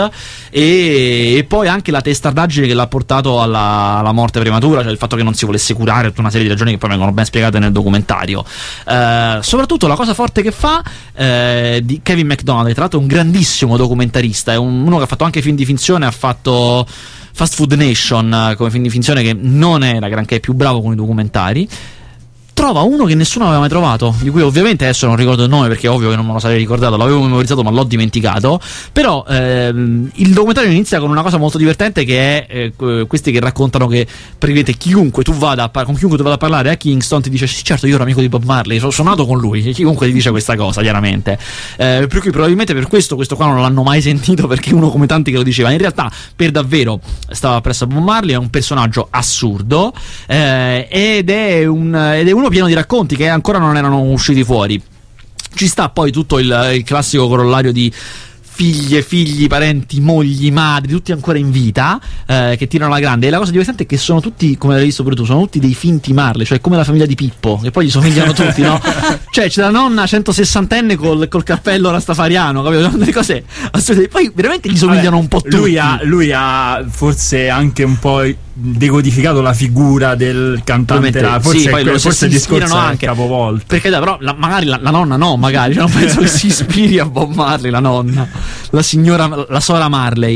e, e poi anche la testardaggine che l'ha portato alla, alla morte prematura, cioè il fatto che non si volesse curare, tutta una serie di ragioni che poi vengono ben spiegate nel documentario. Eh, soprattutto la cosa forte che fa eh, di Kevin MacDonald, tra l'altro è un grandissimo documentarista, è un, uno che ha fatto anche film di finzione, ha fatto Fast Food Nation come film di finzione, che non era granché, più bravo con i documentari. Trova uno che nessuno aveva mai trovato, di cui ovviamente adesso non ricordo il nome perché è ovvio che non me lo sarei ricordato, l'avevo memorizzato ma l'ho dimenticato. Però ehm, il documentario inizia con una cosa molto divertente, che è eh, questi che raccontano che praticamente chiunque tu vada a par- con chiunque tu vada a parlare a Kingston ti dice sì certo io ero amico di Bob Marley, sono suonato con lui, chiunque ti dice questa cosa chiaramente, eh, per cui probabilmente per questo questo qua non l'hanno mai sentito, perché uno come tanti che lo diceva in realtà per davvero stava presso a Bob Marley, è un personaggio assurdo, eh, ed è un ed è uno pieno di racconti che ancora non erano usciti fuori. Ci sta poi tutto il, il classico corollario di figlie, figli, parenti, mogli, madri, tutti ancora in vita, eh, che tirano la grande. E la cosa divertente è che sono tutti, come l'hai visto pure tu, sono tutti dei finti Marley, cioè come la famiglia di Pippo, che poi gli somigliano tutti, no? Cioè c'è la nonna centosessantenne col, col cappello rastafariano, capito? Sono delle cose assurde. Poi veramente gli somigliano Vabbè, un po' tutti. Lui ha, lui ha forse anche un po' decodificato la figura del cantante là. Forse, sì, poi que- forse il discorso anche capovolto. Perché dai, però la, magari la, la nonna no, magari cioè, non penso che si ispiri a Bob Marley la nonna, la signora, la Sora Marley.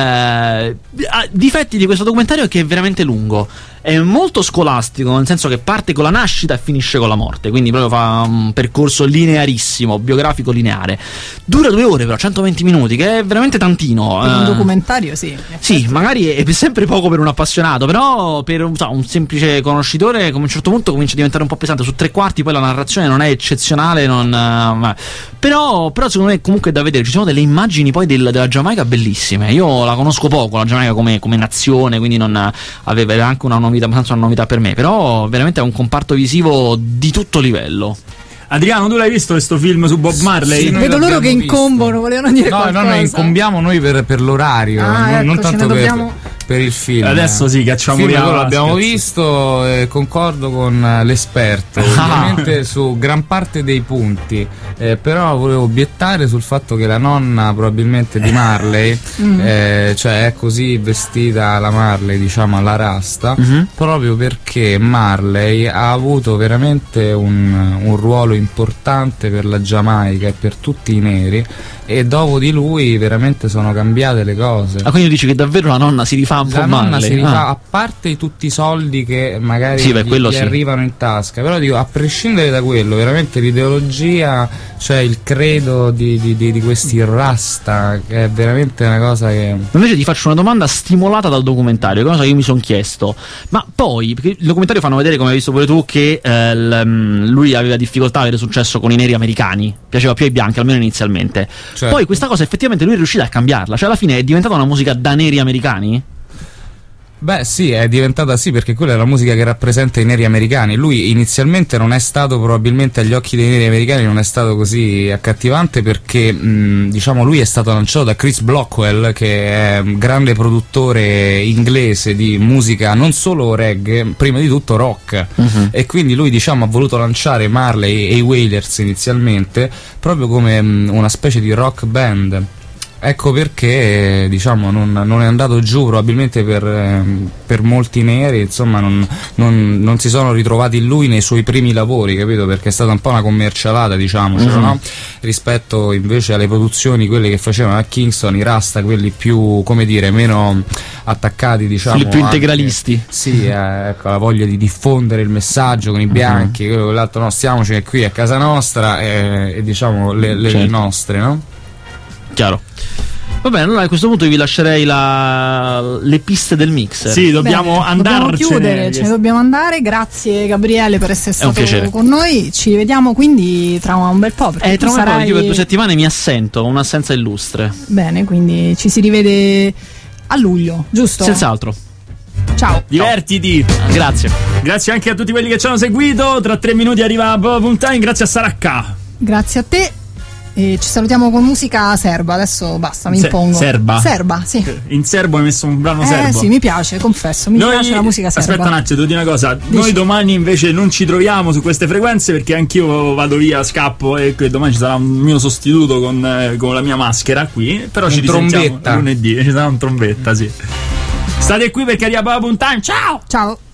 Eh, difetti di questo documentario è che è veramente lungo, è molto scolastico, nel senso che parte con la nascita e finisce con la morte, quindi proprio fa un percorso linearissimo, biografico lineare. Dura due ore però, centoventi minuti, che è veramente tantino. Per un eh, documentario sì. Sì, magari è sempre poco per un appassionato, però per so, un semplice conoscitore come a un certo punto comincia a diventare un po' pesante. Su tre quarti poi la narrazione non è eccezionale, non, uh, però, però secondo me comunque è da vedere. Ci sono delle immagini poi del, della Giamaica bellissime. Io la conosco poco, la Giamaica come, come nazione, quindi non uh, aveva anche una novità, abbastanza una novità per me, però veramente è un comparto visivo di tutto livello. Adriano, tu l'hai visto questo film su Bob Marley? Sì, vedo loro che incombono, volevano dire no, qualcosa. No, noi incombiamo noi per, per l'orario, ah, non, ecco, non tanto per, dobbiamo... per il film. Adesso sì, cacciamo via. Lo l'abbiamo visto e concordo con l'esperto ovviamente su gran parte dei punti, eh, però volevo obiettare sul fatto che la nonna probabilmente di Marley, mm. eh, cioè è così vestita la Marley, diciamo alla rasta, mm-hmm. proprio perché Marley ha avuto veramente un, un ruolo importante per la Giamaica e per tutti i neri, e dopo di lui veramente sono cambiate le cose. Ah, quindi dici che davvero la nonna si rifà un la po' nonna Marley? si rifà, ah. a parte tutti i soldi che magari sì, beh, gli, quello gli sì. arrivano in tasca, però dico, a prescindere da quello, veramente l'ideologia, cioè il credo di, di, di, di questi rasta, che è veramente una cosa che... Invece ti faccio una domanda stimolata dal documentario, che è una cosa che io mi sono chiesto, ma poi, perché il documentario fanno vedere, come hai visto pure tu, che eh, l, lui aveva difficoltà a avere successo con i neri americani, piaceva più ai bianchi, almeno inizialmente. Certo. Poi questa cosa effettivamente lui è riuscito a cambiarla, cioè alla fine è diventata una musica da neri americani? Beh sì, è diventata sì, perché quella è la musica che rappresenta i neri americani. Lui inizialmente non è stato, probabilmente agli occhi dei neri americani non è stato così accattivante, perché mh, diciamo lui è stato lanciato da Chris Blackwell, che è un grande produttore inglese di musica non solo reggae, prima di tutto rock, uh-huh. e quindi lui diciamo ha voluto lanciare Marley e i Wailers inizialmente proprio come mh, una specie di rock band. Ecco perché diciamo non, non è andato giù probabilmente per, eh, per molti neri, insomma non, non, non si sono ritrovati in lui nei suoi primi lavori, capito? Perché è stata un po' una commercialata, diciamocelo, mm-hmm. no? Rispetto invece alle produzioni, quelle che facevano a Kingston, i Rasta, quelli più, come dire, meno attaccati, diciamo, quelli più integralisti. Anche, sì, eh, ecco, la voglia di diffondere il messaggio con i bianchi, mm-hmm. quello con l'altro, no, stiamoci qui a casa nostra e, e diciamo le, le, certo. le nostre, no? Chiaro. Va bene, allora a questo punto vi lascerei la... le piste del mixer. Sì, dobbiamo Bene, andarcene. Dobbiamo chiudere, ce ne dobbiamo andare. Grazie Gabriele per essere un stato piacere. con noi. Ci vediamo quindi tra un bel po'. perché Eh, tra tu un po', sarai... io per due settimane mi assento, ho un'assenza illustre. Bene, quindi ci si rivede a luglio, giusto? Senz'altro. Ciao. Divertiti. Grazie. Grazie anche a tutti quelli che ci hanno seguito. Tra tre minuti arriva Bob Puntain. Grazie a Sara K. Grazie a te. E ci salutiamo con musica serba. Adesso basta, mi Se- impongo. serba? Serba, sì. In serbo hai messo un brano Eh serbo. sì, mi piace, confesso. Mi Noi- piace la musica serba. Aspetta un attimo, devo dire una cosa. Noi domani invece non ci troviamo su queste frequenze perché anch'io vado via, scappo e que- domani ci sarà un mio sostituto con, eh, con la mia maschera qui. Però Un ci risentiamo trombetta. lunedì. Ci sarà un trombetta, sì. State qui perché arriva Bob Puntain. Ciao! Ciao.